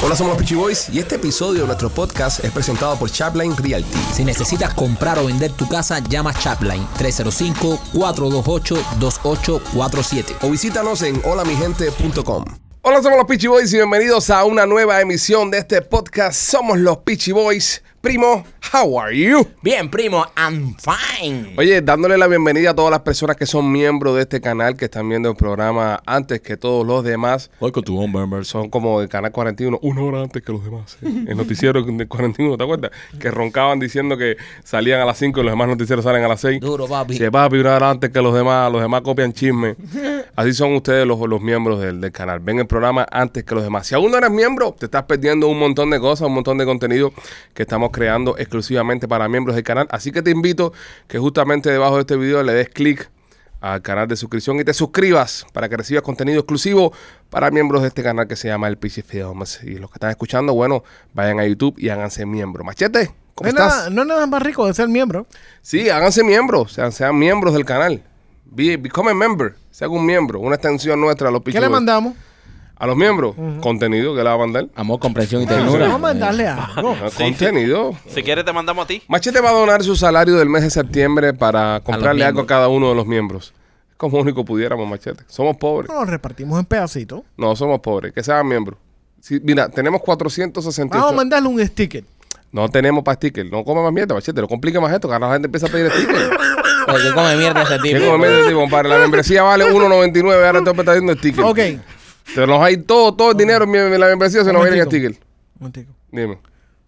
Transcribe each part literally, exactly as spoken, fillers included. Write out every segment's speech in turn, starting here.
Hola, somos los Peachy Boys y este episodio de nuestro podcast es presentado por Chapline Realty. Si necesitas comprar o vender tu casa, llama Chapline tres cero cinco, cuatro dos ocho, dos ocho cuatro siete o visítanos en hola mi gente punto com. Hola, somos los Peachy Boys y bienvenidos a una nueva emisión de este podcast. Somos los Peachy Boys. Primo, how are you? Bien, primo, I'm fine. Oye, dándole la bienvenida a todas las personas que son miembros de este canal, que están viendo el programa antes que todos los demás. Welcome to home, members. Son como el canal cuarenta y uno, una hora antes que los demás. ¿eh? El noticiero del cuarenta y uno, ¿te acuerdas? Que roncaban diciendo que salían a las cinco y los demás noticieros salen a las seis. Duro, papi. Sí, papi, una hora antes que los demás. Los demás copian chisme. Así son ustedes los, los miembros del, del canal. Ven el programa antes que los demás. Si aún no eres miembro, te estás perdiendo un montón de cosas, un montón de contenido que estamos creando exclusivamente para miembros del canal. Así que te invito que justamente debajo de este video le des clic al canal de suscripción y te suscribas para que recibas contenido exclusivo para miembros de este canal que se llama el Peachy Films. Y los que están escuchando, bueno, vayan a YouTube y háganse miembros. Machete, ¿cómo no estás? Nada, no es nada más rico de ser miembro. Sí, háganse miembros, sean, sean miembros del canal. Be, become a member, sean un miembro, una extensión nuestra a los Peachy ¿Qué le Boys. mandamos? A los miembros, uh-huh. Contenido que le va a mandar. Amor, comprensión y ternura. Vamos a mandarle algo. Sí. Contenido. Si quieres te mandamos a ti. Machete va a donar su salario del mes de septiembre para comprarle a algo a cada uno de los miembros. Como único pudiéramos, Machete. Somos pobres. Nos repartimos en pedacitos. No, somos pobres. Que sean miembros. Sí, mira, tenemos cuatrocientos sesenta y ocho. Vamos a mandarle un sticker. No tenemos para sticker. No coma más mierda, Machete. No complique más esto, que ahora la gente empieza a pedir sticker. Oye, ¿qué come mierda ese tipo? ¿Qué come mierda ese tipo, compadre? La membresía vale uno noventa y nueve. Ahora te está dando sticker. Ok. Te nos hay todo, todo el dinero en la membresía se nos va a ir en sticker. Un momentico. Dime.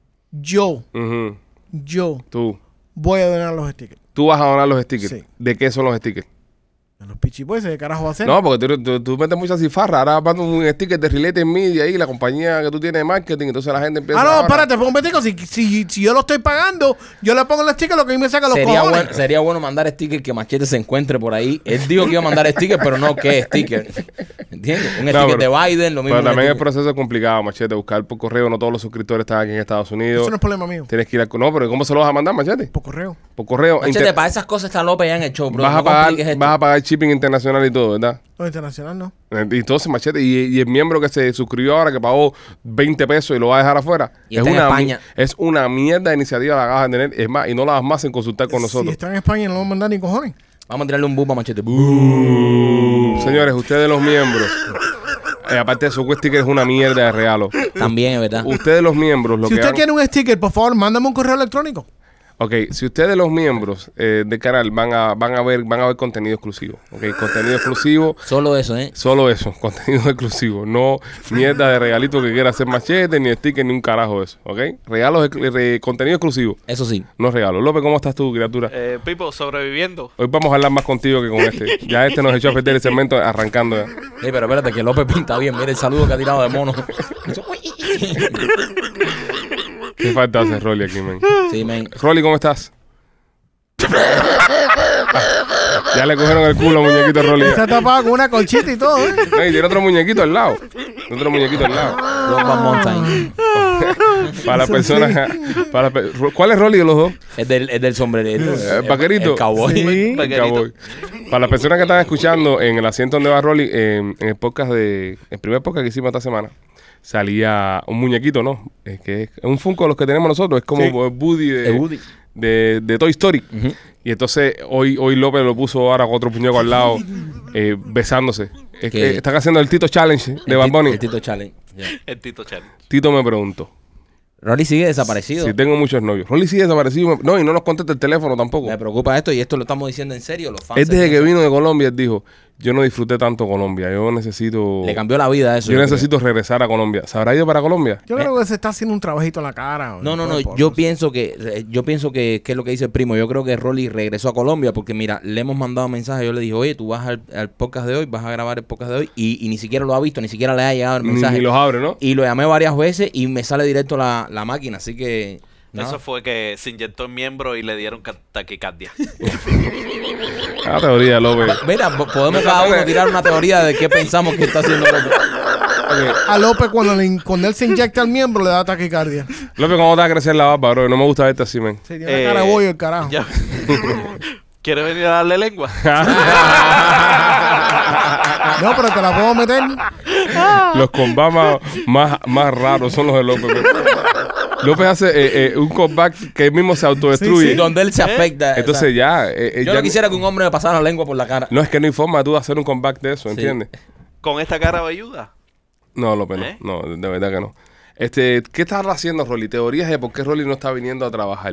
Yo, Uh-huh. yo Tú. voy a donar los stickers. Tú vas a donar los stickers. Sí. ¿De qué son los stickers? A los Peachy Boys, ¿qué carajo va a hacer? No, porque tú, tú, tú metes mucha cifarra. Ahora mando un sticker de Related Media ahí, la compañía que tú tienes de marketing. Entonces la gente empieza Ah, no, ahora... espérate, un momentico. Si, si, si yo lo estoy pagando, yo le pongo el sticker, lo que a mí me saca los Sería cojones. bueno, sería bueno mandar sticker que Machete se encuentre por ahí. Él dijo que iba a mandar sticker, pero no qué sticker. ¿Entiendes? Un No, sticker pero- de Biden, lo mismo. Pero un también el sticker- proceso es complicado, Machete. Buscar por correo. No todos los suscriptores están aquí en Estados Unidos. Eso no es problema mío. Tienes que ir al... No, pero ¿cómo se lo vas a mandar, Machete? Por correo. Por correo. Machete, Inter- para esas cosas está López ya en el show, bro. vas, No a pagar, compliques esto. vas a pagar shipping internacional y todo, ¿verdad? No, internacional no. Entonces, Machete, y, y el miembro que se suscribió ahora, que pagó veinte pesos y lo va a dejar afuera, Y es está en una, España. es una mierda de iniciativa la acabas de tener. Es más, y no la das más en consultar con Si nosotros. está en España, no lo van a mandar ni cojones. Vamos a tirarle un boom a Machete. Boom. Señores, ustedes los miembros, eh, aparte de su sticker es una mierda de regalo. También, es verdad. Ustedes los miembros, lo Si que usted hagan- quiere un sticker, por favor, mándame un correo electrónico. Ok, si ustedes los miembros eh, del canal van a, van a ver, van a ver contenido exclusivo. Ok, contenido exclusivo. Solo eso, ¿eh? Solo eso, contenido exclusivo. No mierda de regalito que quiera hacer Machete, ni sticker, ni un carajo de eso. ¿Ok? Regalos, exclu- re- contenido exclusivo. Eso sí. No regalos. López, ¿cómo estás tú, criatura? Eh, Pipo, sobreviviendo. Hoy vamos a hablar más contigo que con este. Ya este nos echó a perder el segmento arrancando. Ya. Sí, pero espérate, que López pinta bien. Mira el saludo que ha tirado de mono. ¿Qué falta hace Rolly aquí, man? Sí, men. Rolly, ¿cómo estás? Ya le cogieron el culo al muñequito a Rolly. Está tapado con una colchita y todo, ¿eh? No, y tiene otro muñequito al lado. Otro muñequito al lado. Rock Band Mountain. Para las Eso personas. Para la pe- ¿Cuál es Rolly de los dos? Es del, es del sombrerito. El vaquerito. El cowboy. Sí. El cowboy. Para las personas que están escuchando en el asiento donde va Rolly, en, en el podcast de. El primer podcast que hicimos esta semana, salía un muñequito, ¿no? Es que es un Funko de los que tenemos nosotros. Es como Sí. Woody de, El Woody. de, de Toy Story. Ujú. Y entonces hoy, hoy López lo puso ahora con otro puñeco al lado, eh, besándose. Es ¿Qué? que están haciendo el Tito Challenge de El Bad Tito- Bunny. El Tito Challenge. Ya. El Tito Challenge. Tito me preguntó. Rolly sigue desaparecido. Si tengo muchos novios. Rolly sigue desaparecido. No, y no nos contesta el teléfono tampoco. Me preocupa esto y esto lo estamos diciendo en serio. Los fans Él desde se- que vino de Colombia, él dijo, yo no disfruté tanto Colombia. Yo necesito... Le cambió la vida eso. Yo yo necesito regresar a Colombia. ¿Se habrá ido para Colombia? Yo creo que se está haciendo un trabajito en la cara. No, no, no. Por- Yo por- pienso que, eh, yo pienso que, que es lo que dice el primo. Yo creo que Rolly regresó a Colombia porque, mira, le hemos mandado mensajes. Yo le dije, oye, tú vas al, al podcast de hoy, vas a grabar el podcast de hoy. Y, y ni siquiera lo ha visto, ni siquiera le ha llegado el Ni, mensaje. ni los abre, ¿no? Y lo llamé varias veces y me sale directo la, la máquina. Así que. nada. Eso fue que se inyectó en miembro y le dieron ca- taquicardia. Ah, teoría, López. Mira, po- podemos cada uno tirar una teoría de qué pensamos que está haciendo López. A López, cuando, le, cuando él se inyecta al miembro, le da taquicardia. López, ¿cómo te va a crecer la barba, bro? No me gusta verte así, men. Se tiene Eh, una cara de bollo el carajo. Ya. ¿Quieres venir a darle lengua? No, pero te la puedo meter. Los combats más, más, más raros son los de López. López hace eh, eh, un comeback que él mismo se autodestruye. Sí, sí. Donde él se afecta. Entonces o sea, ya... eh, eh, yo ya no quisiera que un hombre me pasara la lengua por la cara. No, es que no hay forma tú de hacer un comeback de eso, Sí. ¿entiendes? Con esta cara velluda. No, López, no. ¿Eh? No, de verdad que no. Este, ¿qué estás haciendo, Rolly? Teorías de por qué Rolly no está viniendo a trabajar.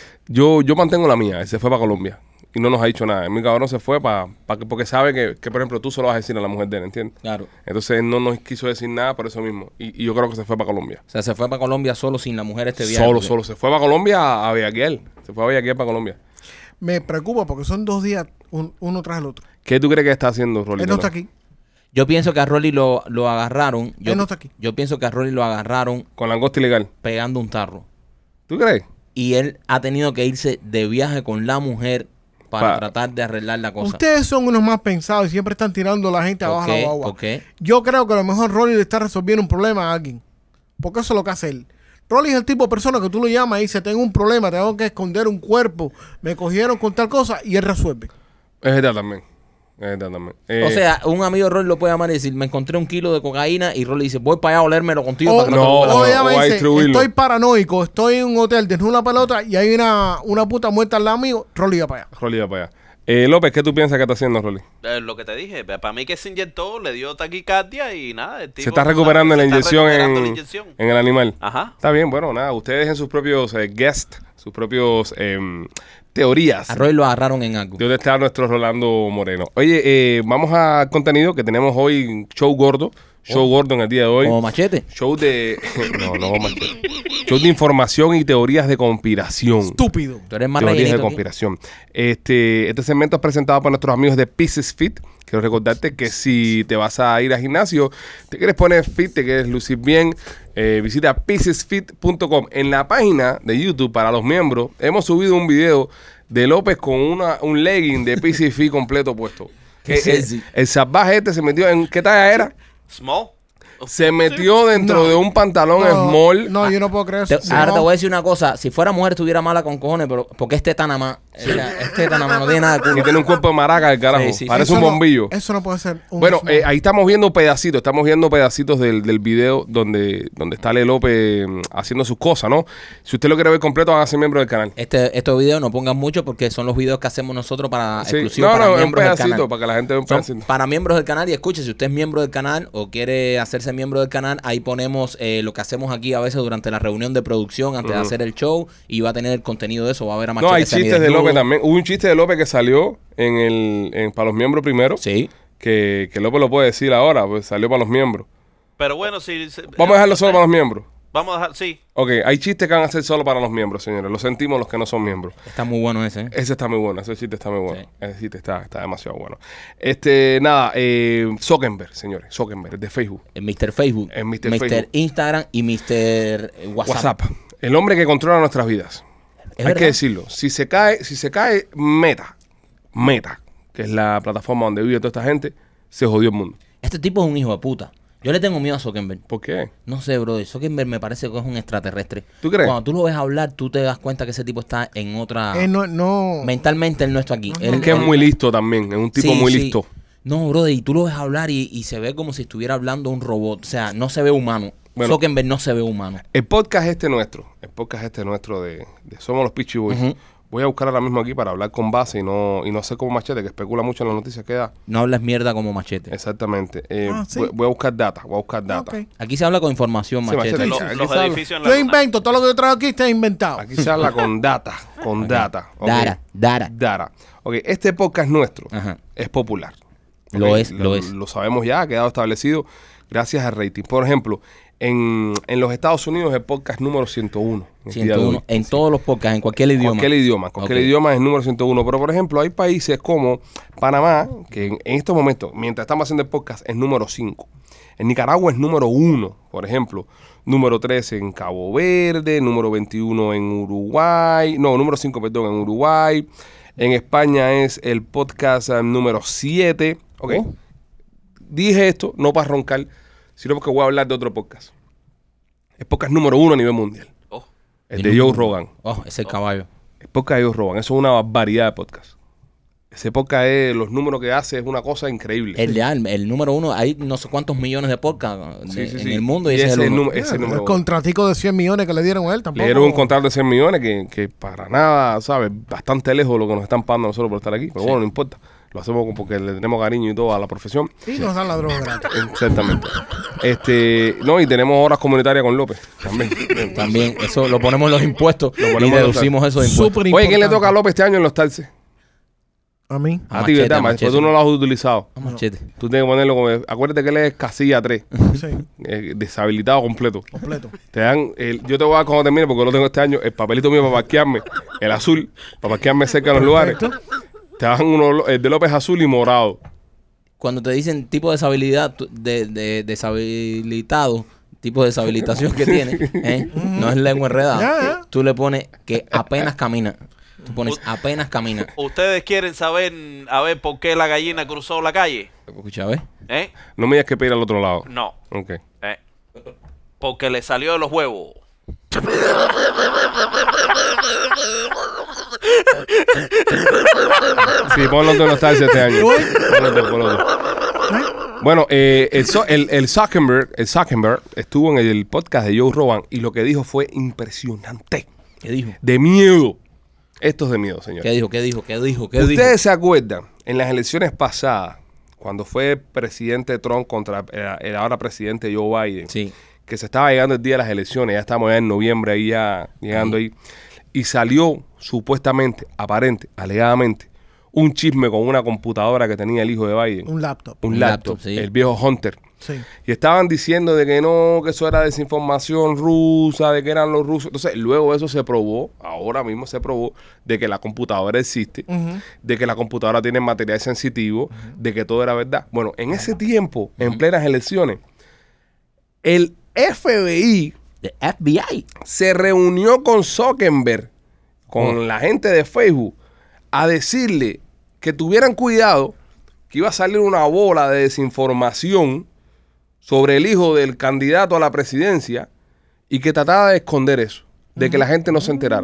Yo, yo mantengo la mía. Él se fue para Colombia y no nos ha dicho nada. Mi cabrón se fue para, para que, porque sabe que, que, por ejemplo, tú solo vas a decir a la mujer de él, ¿entiendes? Claro. Entonces él no nos quiso decir nada por eso mismo. Y, y yo creo que se fue para Colombia. O sea, se fue para Colombia solo sin la mujer este viaje. Solo, porque- solo. Se fue para Colombia a, a bellaquear. Se fue a bellaquear para Colombia. Me preocupa porque son dos días un- uno tras el otro. ¿Qué tú crees que está haciendo, Rolly? Él no está aquí. Yo pienso que a Rolly lo, lo agarraron. Yo, Él no está aquí. Yo pienso que a Rolly lo agarraron Con langosta ilegal. pegando un tarro. ¿Tú crees? Y él ha tenido que irse de viaje con la mujer para Pa- tratar de arreglar la cosa. Ustedes son unos más pensados y siempre están tirando a la gente ¿Por abajo a qué? la guagua. ¿Por qué? Yo creo que a lo mejor Rolly le está resolviendo un problema a alguien. Porque eso es lo que hace él. Rolly es el tipo de persona que tú lo llamas y dice, tengo un problema, tengo que esconder un cuerpo, me cogieron con tal cosa y él resuelve. Es verdad también. Es verdad también. Eh, O sea, un amigo de Rolly lo puede llamar y decir, me encontré un kilo de cocaína y Rolly dice, voy para allá a olérmelo contigo O, para que no, no, te lo o huelas". ella o me a dice, distribuirlo. estoy paranoico, estoy en un hotel, desnudo una pelota y hay una, una puta muerta al lado mío, Rolly va para allá. Rolly va para allá. Eh, López, ¿qué tú piensas que está haciendo, Rolly? Eh, lo que te dije, para mí que se inyectó, le dio taquicardia y nada. El tipo, Se está tú sabes, recuperando se la está inyección recuperando en, la inyección. en el animal. Ajá. Está bien, bueno, nada. Ustedes dejen sus propios eh, guests, sus propios eh, teorías. A Rolly lo agarraron en algo. De dónde está nuestro Rolando Moreno. Oye, eh, vamos al contenido que tenemos hoy, show gordo. Show gordo en el día de hoy. Como machete. Show de... no, no, machete. Show de información y teorías de conspiración. Estúpido. Tú eres más Teorías de rellenito aquí. conspiración. Este, este segmento es presentado por nuestros amigos de Pieces Fit. Quiero recordarte que si te vas a ir al gimnasio, te quieres poner fit, te quieres lucir bien, eh, visita pieces fit punto com. En la página de YouTube para los miembros hemos subido un video de López con una, un legging de Pieces Fit completo puesto. Qué Eh, eh, sexy. el salvaje este se metió en... ¿Qué talla era? Small. Se metió dentro No. de un pantalón No, small. no, yo no puedo creer Te- eso. ahora No. te voy a decir una cosa. Si fuera mujer estuviera mala con cojones, pero porque este tan nada más. O sea, este tan nada más no tiene nada de Que culo. tiene un cuerpo de maraca, el carajo. Sí, sí. Parece Eso un no- bombillo. eso no puede ser. un Bueno, small. eh, ahí estamos viendo pedacitos, estamos viendo pedacitos del, del video donde, donde está Le López mm, haciendo sus cosas, ¿no? Si usted lo quiere ver completo, hágase miembro del canal. Este, estos videos no pongan mucho porque son los videos que hacemos nosotros para Sí. exclusivos No, para no, un miembros del pedacito, canal. para que la gente vea un Son pedacito. para miembros del canal y escuche, si usted es miembro del canal o quiere hacerse miembro del canal, ahí ponemos eh, lo que hacemos aquí a veces durante la reunión de producción antes de Ujú. hacer el show y va a tener el contenido de eso, va a haber a No, Machete hay semidesnudo. chistes de López también. Hubo un chiste de López que salió en el, en, para los miembros primero, Sí. que, que López lo puede decir ahora, pues salió para los miembros. Pero bueno, si... si- Vamos a dejarlo solo para los miembros. Vamos a dejar, sí. Ok, hay chistes que van a ser solo para los miembros, señores. Lo sentimos los que no son miembros. Está muy bueno ese, ¿eh? Ese está muy bueno, ese chiste está muy bueno. Sí. Ese chiste está, está demasiado bueno. Este, nada, eh, Zuckerberg, señores, Zuckerberg, de Facebook. El mister Facebook, El mister mister Facebook. Instagram y mister WhatsApp. WhatsApp. El hombre que controla nuestras vidas. Es Hay verdad. que decirlo. Si se cae, si se cae Meta, Meta, que es la plataforma donde vive toda esta gente, se jodió el mundo. Este tipo es un hijo de puta. Yo le tengo miedo a Zuckerberg. ¿Por qué? No sé, bro. Zuckerberg me parece que es un extraterrestre. ¿Tú crees? Cuando tú lo ves hablar, tú te das cuenta que ese tipo está en otra... Él no, no- Mentalmente él no está aquí. Ajá. Él- Es que es él- muy listo también, es un tipo Sí, muy sí. listo. No, brother, y tú lo ves hablar y, y se ve como si estuviera hablando un robot. O sea, no se ve humano. Bueno. Zuckerberg no se ve humano. El podcast este nuestro, el podcast este nuestro de, de Somos los Peachy Boys. Ujú. Voy a buscar ahora mismo aquí para hablar con base y no, y no sé cómo Machete, que especula mucho en las noticias que da. No hablas mierda como machete. Exactamente. Eh, Ah, ¿sí? voy, voy a buscar data, voy a buscar data. Ok. Aquí se habla con información, Sí, machete. machete. Los, aquí los se habla. edificios en la Yo luna. invento, todo lo que yo traigo aquí está inventado. Aquí se habla con data, con data. ok. Dara, Dara. Data. Ok, este podcast nuestro Ajá. es popular. Lo Ok, es, lo es. Lo sabemos ya, ha quedado establecido gracias al rating. Por ejemplo, en, en los Estados Unidos el podcast número ciento uno. en el día de ciento hoy. uno, en todos los podcasts, en cualquier idioma. Cualquier idioma, cualquier Ok. idioma es el número ciento uno. Pero, por ejemplo, hay países como Panamá, que en, en estos momentos, mientras estamos haciendo el podcast, es número cinco. En Nicaragua es número uno, por ejemplo. Número trece en Cabo Verde, número veintiuno en Uruguay. No, número cinco, perdón, en Uruguay. En España es el podcast eh, número siete. Ok. Oh. Dije esto no para roncar, sino porque voy a hablar de otro podcast. El podcast número uno a nivel mundial. Oh, El de Joe Rogan. Oh, ese es el caballo. El podcast de Joe Rogan. Eso es una barbaridad de podcast. Ese podcast es, los números que hace es una cosa increíble. El, ya, el, el número uno, hay no sé cuántos millones de podcasts de- Sí, sí, en sí. el mundo y, Y ese es ese el uno. número- ese Yeah, número- el contratico de cien millones que le dieron a él tampoco. Le dieron un contrato de cien millones que, que para nada, ¿sabes? Bastante lejos de lo que nos están pagando nosotros por estar aquí. Pero bueno, no importa. Lo hacemos porque le tenemos cariño y todo a la profesión. Y nos dan la droga gratis. Exactamente. Este, no, y tenemos horas comunitarias con López también. También, eso lo ponemos en los impuestos Lo y ponemos en los- deducimos esos impuestos. Súper Oye, ¿quién le importante. toca a López este año en los talces? A mí. A A ti, machete, ¿verdad? a Después machete. tú no lo has utilizado. A machete. Tú tienes que ponerlo como... Acuérdate que él es casilla tres. Sí, eh, deshabilitado completo. completo. Te dan... el- yo te voy a dar cuando termine, porque lo tengo este año, el papelito mío para parquearme, el azul, para parquearme cerca de los lugares. Te dan uno, el de López azul y morado. Cuando te dicen tipo de deshabilidad, tú- de, de, deshabilitado, tipo de deshabilitación que tiene, ¿eh? No es lengua enredada. Ya, ya. Tú le pones que apenas camina. Tú pones apenas camina. ¿Ustedes quieren saber a ver por qué la gallina cruzó la calle? Escucha, ¿ves? ¿Eh? No me digas que pedir al otro lado. No. Ok. ¿Eh? Porque le salió de los huevos. Sí, ponlo tú en los talces este año. Ponlo tú, ponlo tú. Bueno, eh, el, So- el, el Zuckerberg, el Zuckerberg estuvo en el podcast de Joe Rogan y lo que dijo fue impresionante. ¿Qué dijo? De miedo. Esto es de miedo, señor. ¿Qué dijo? ¿Qué dijo? ¿Qué dijo? ¿Qué dijo? ¿Ustedes se acuerdan en las elecciones pasadas, cuando fue presidente Trump contra el, el ahora presidente Joe Biden, Sí. que se estaba llegando el día de las elecciones, ya estamos ya en noviembre ahí ya llegando ahí, y salió supuestamente, aparente, alegadamente, un chisme con una computadora que tenía el hijo de Biden, Un laptop. un Un laptop, laptop, sí. el viejo Hunter. Sí. Y estaban diciendo de que no, que eso era desinformación rusa, de que eran los rusos. Entonces, luego eso se probó, ahora mismo se probó, de que la computadora existe, Ujú. de que la computadora tiene material sensitivo, de que todo era verdad. Bueno, en ese tiempo, en plenas elecciones, el F B I The F B I. se reunió con Zuckerberg, con Oh. la gente de Facebook, a decirle que tuvieran cuidado, que iba a salir una bola de desinformación sobre el hijo del candidato a la presidencia y que trataba de esconder eso, de que la gente no se enterara.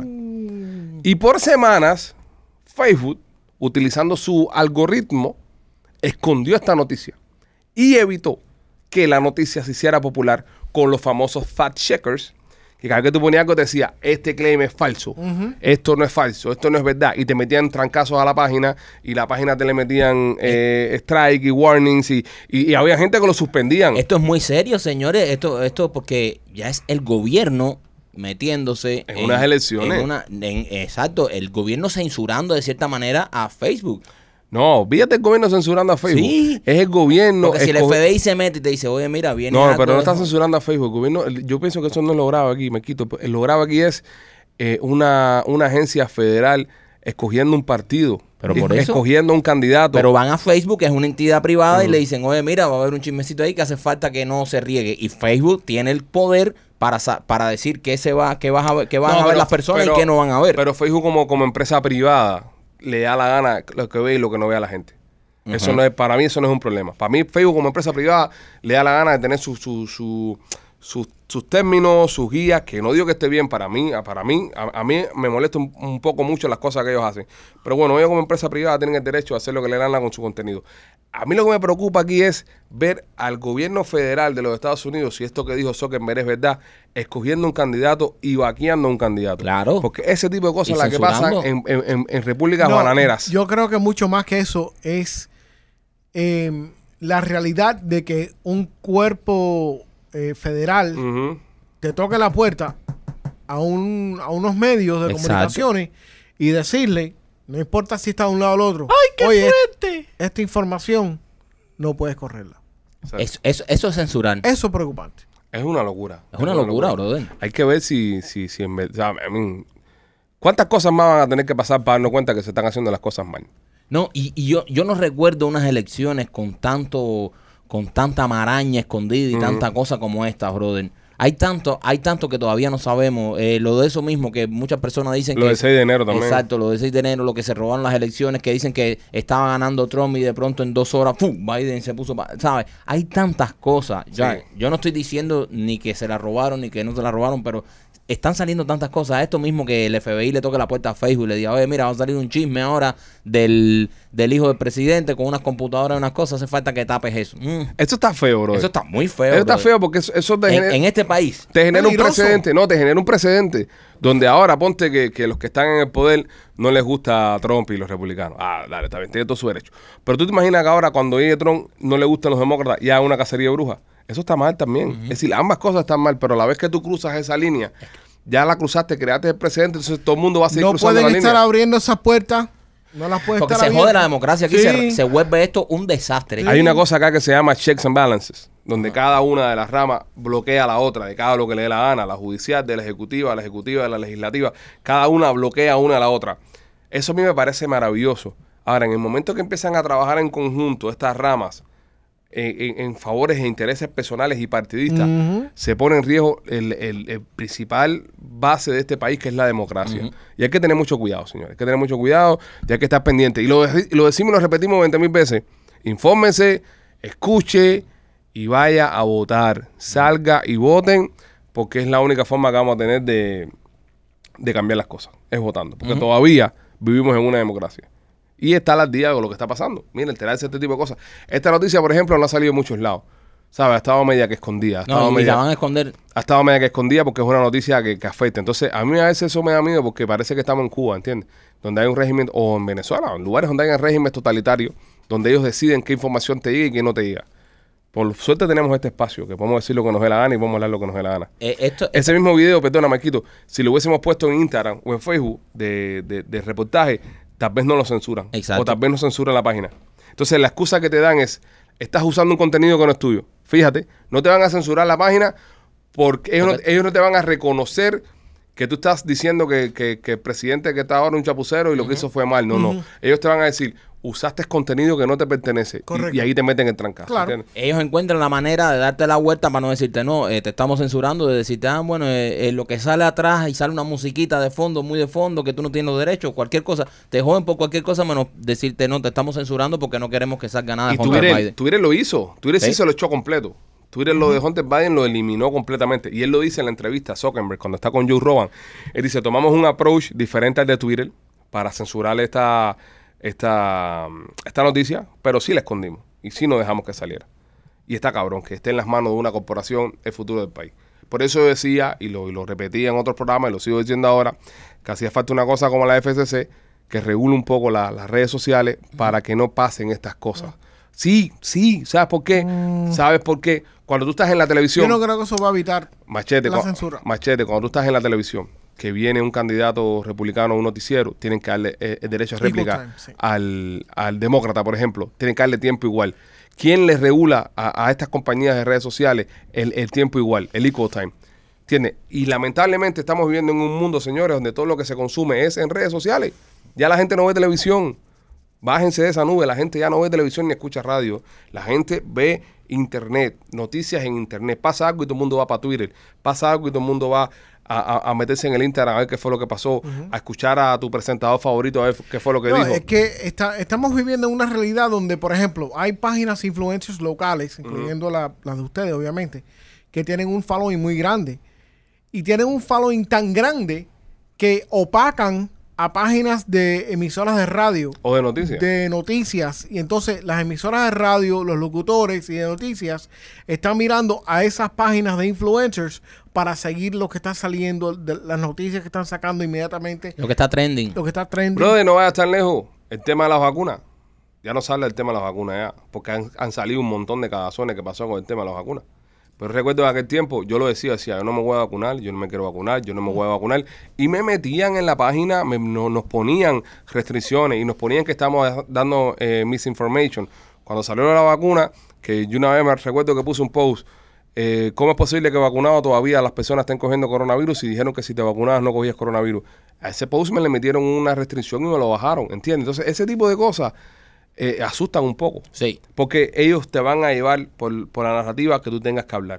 Y por semanas, Facebook, utilizando su algoritmo, escondió esta noticia y evitó que la noticia se hiciera popular con los famosos fact checkers, que cada vez que tú ponías algo te decía, este claim es falso, esto no es falso, esto no es verdad, y te metían trancazos a la página y la página te le metían eh, strike y warnings y, y, y había gente que lo suspendían. Esto es muy serio, señores. Esto, esto porque ya es el gobierno metiéndose En unas elecciones. en una- en- exacto, el gobierno censurando de cierta manera a Facebook. No, fíjate el gobierno censurando a Facebook. Sí. Es el gobierno. Porque si el escoge- F B I se mete y te dice, oye, mira, viene No, algo pero no de está eso". censurando a Facebook. El gobierno, el- yo pienso que eso no es lo grave aquí, me quito. Lo grave aquí es eh, una, una agencia federal escogiendo un partido. Pero y- por eso- escogiendo un candidato. Pero van a Facebook, que es una entidad privada, y le dicen, oye, mira, va a haber un chismecito ahí que hace falta que no se riegue. Y Facebook tiene el poder para, sa- para decir qué se va, qué vas a ver, qué van No, a ver pero- las personas pero- y qué no van a ver. Pero Facebook como, como empresa privada le da la gana lo que ve y lo que no ve a la gente. Eso Ujú. no es, para mí eso no es un problema. Para mí Facebook como empresa privada le da la gana de tener su, su, su- sus- sus términos, sus guías, que no digo que esté bien para mí, a- para mí, a, a mí me molesta un, un poco mucho las cosas que ellos hacen. Pero bueno, ellos como empresa privada tienen el derecho a hacer lo que le dan la con su contenido. A mí lo que me preocupa aquí es ver al gobierno federal de los Estados Unidos, si esto que dijo Zuckerberg es verdad, escogiendo un candidato y vaqueando a un candidato. Claro. Porque ese tipo de cosas Y son las que pasan censurando. en, en- en- en repúblicas No, bananeras. Yo creo que mucho más que eso es eh, la realidad de que un cuerpo eh, federal Ujú. te toque la puerta a, un, a unos medios de Exacto. comunicaciones y decirle, no importa si está de un lado o del otro, ¡ay, qué oye, fuerte! esta información no puedes correrla. Exacto. Eso, eso, eso es censurar. Eso es preocupante. Es una locura. Es una locura, brother. Hay que ver si, si, si en verdad, I mean, ¿cuántas cosas más van a tener que pasar para darnos cuenta que se están haciendo las cosas mal? No, y, y yo, yo no recuerdo unas elecciones con tanto, con tanta maraña escondida y Ujú. tanta cosa como esta, brother. hay tanto, hay tanto que todavía no sabemos. Eh, lo de eso mismo que muchas personas dicen Lo que... del seis de enero también. Exacto, lo del seis de enero, lo que se robaron las elecciones, que dicen que estaba ganando Trump y de pronto en dos horas, ¡pum!, Biden se puso... pa- ¿Sabes? Hay tantas cosas. Ya, Sí. yo no estoy diciendo ni que se la robaron ni que no se la robaron, pero... Están saliendo tantas cosas. Esto mismo que el F B I le toque la puerta a Facebook y le diga, oye, mira, va a salir un chisme ahora del, del hijo del presidente con unas computadoras y unas cosas. Hace falta que tapes eso. Mm, Eso está feo, bro. eso está muy feo. Eso está brother. feo porque eso, eso te En, genera, en este país. te genera un Peligroso. precedente. No, te genera un precedente donde ahora ponte que, que los que están en el poder no les gusta Trump y los republicanos. Ah, dale, está bien, tiene todo su derecho. Pero tú te imaginas que ahora cuando llegue Trump no le gustan los demócratas y haga una cacería de brujas. Eso está mal también. Es decir, ambas cosas están mal, pero a la vez que tú cruzas esa línea, ya la cruzaste, creaste el precedente, entonces todo el mundo va a seguir No cruzando pueden la estar línea. abriendo esas puertas. No las pueden Porque estar se jode la abriendo. democracia aquí, Sí. se, se vuelve esto un desastre. Hay una cosa acá que se llama checks and balances, donde cada una de las ramas bloquea a la otra, de cada lo que le dé la gana, la judicial, de la ejecutiva, la ejecutiva, de la legislativa, cada una bloquea una a la otra. Eso a mí me parece maravilloso. Ahora, en el momento que empiezan a trabajar en conjunto estas ramas, en, en- en favores e intereses personales y partidistas, Ujú. se pone en riesgo el, el- el principal base de este país, que es la democracia. Ujú. Y hay que tener mucho cuidado, señores. Hay que tener mucho cuidado y hay que estar pendiente. Y lo, de- lo decimos y lo repetimos veinte mil veces. Infórmese, escuche y vaya a votar. Salga y voten, porque es la única forma que vamos a tener de, de cambiar las cosas. Es votando. Porque Ujú. todavía vivimos en una democracia. Y está al día con lo que está pasando. Mira, enterarse de este tipo de cosas. Esta noticia, por ejemplo, no ha salido en muchos lados. ¿Sabes? Ha estado media que escondida. Ha estado, No, y media, la van a esconder. ha estado media que escondida porque es una noticia que, que afecta. Entonces, a mí a veces eso me da miedo porque parece que estamos en Cuba, ¿entiendes? Donde hay un régimen, o en Venezuela, en lugares donde hay regímenes totalitarios, donde ellos deciden qué información te llega y qué no te llega. Por suerte tenemos este espacio, que podemos decir lo que nos dé la gana y podemos hablar lo que nos dé la gana. Eh, esto, Ese mismo video, perdona, Marquito, si lo hubiésemos puesto en Instagram o en Facebook de, de, de reportaje, tal vez no lo censuran. Exacto. O tal vez no censuran la página. Entonces, la excusa que te dan es, estás usando un contenido que no es tuyo. Fíjate, no te van a censurar la página porque ellos, Porque- no, ellos no te van a reconocer que tú estás diciendo que, que- que el presidente que está ahora es un chapucero y lo que hizo fue mal. No, no. Ellos te van a decir, usaste contenido que no te pertenece. Y, Correcto. y ahí te meten el trancazo. Claro. ¿entiendes? ellos encuentran la manera de darte la vuelta para no decirte no, eh, te estamos censurando, de decirte, ah, bueno, eh, eh, lo que sale atrás y sale una musiquita de fondo, muy de fondo, que tú no tienes los derechos, cualquier cosa, te joden por cualquier cosa menos decirte no, te estamos censurando porque no queremos que salga nada de Y Hunter Twitter, Biden. Twitter lo hizo. Twitter sí ¿Sí? se lo echó completo. Twitter lo de Hunter Biden lo eliminó completamente. Y él lo dice en la entrevista a Zuckerberg, cuando está con Joe Rogan. Él dice, tomamos un approach diferente al de Twitter para censurar esta, esta, esta noticia, pero sí la escondimos. Y sí no dejamos que saliera. Y está cabrón, que esté en las manos de una corporación el futuro del país. Por eso yo decía, y lo, y lo repetía en otros programas, y lo sigo diciendo ahora, que hacía falta una cosa como la F C C, que regule un poco la- las redes sociales para que no pasen estas cosas. Sí, sí, ¿sabes por qué? ¿Sabes por qué? Cuando tú estás en la televisión, Yo no creo que eso va a evitar machete, la cua- censura. machete, cuando tú estás en la televisión, que viene un candidato republicano a un noticiero, tienen que darle eh, el derecho a Equal réplica time, sí. al, al demócrata, por ejemplo. Tienen que darle tiempo igual. ¿Quién les regula a, a estas compañías de redes sociales el, el tiempo igual, el equal time? ¿Entiendes? Y lamentablemente estamos viviendo en un mundo, señores, donde todo lo que se consume es en redes sociales. Ya la gente no ve televisión. Bájense de esa nube. La gente ya no ve televisión ni escucha radio. La gente ve internet, noticias en internet. Pasa algo y todo el mundo va para Twitter. Pasa algo y todo el mundo va a, a- a meterse en el Instagram a ver qué fue lo que pasó, a escuchar a tu presentador favorito a ver qué fue lo que No, dijo. es que está, estamos viviendo en una realidad donde, por ejemplo, hay páginas influencers locales, incluyendo la- las de ustedes, obviamente, que tienen un following muy grande. Y tienen un following tan grande que opacan a páginas de emisoras de radio, O de noticias. de noticias. Y entonces las emisoras de radio, los locutores y de noticias están mirando a esas páginas de influencers para seguir lo que está saliendo, de las noticias que están sacando inmediatamente, Lo que está trending. lo que está trending. Brother, no vaya tan lejos. El tema de las vacunas. Ya no sale el tema de las vacunas ya. Porque han, han salido un montón de cagazones que pasó con el tema de las vacunas. Pero recuerdo en aquel tiempo, yo lo decía, decía, yo no me voy a vacunar, yo no me quiero vacunar, yo no me voy a vacunar. Y me metían en la página, me- no- nos ponían restricciones y nos ponían que estamos dando eh, misinformation. Cuando salió la vacuna, que yo una vez me recuerdo que puse un post, eh, ¿cómo es posible que vacunado todavía las personas estén cogiendo coronavirus y dijeron que si te vacunabas no cogías coronavirus? A ese post me le metieron una restricción y me lo bajaron, ¿entiendes? Entonces, ese tipo de cosas eh, asustan un poco. Sí. Porque ellos te van a llevar por, por la narrativa que tú tengas que hablar.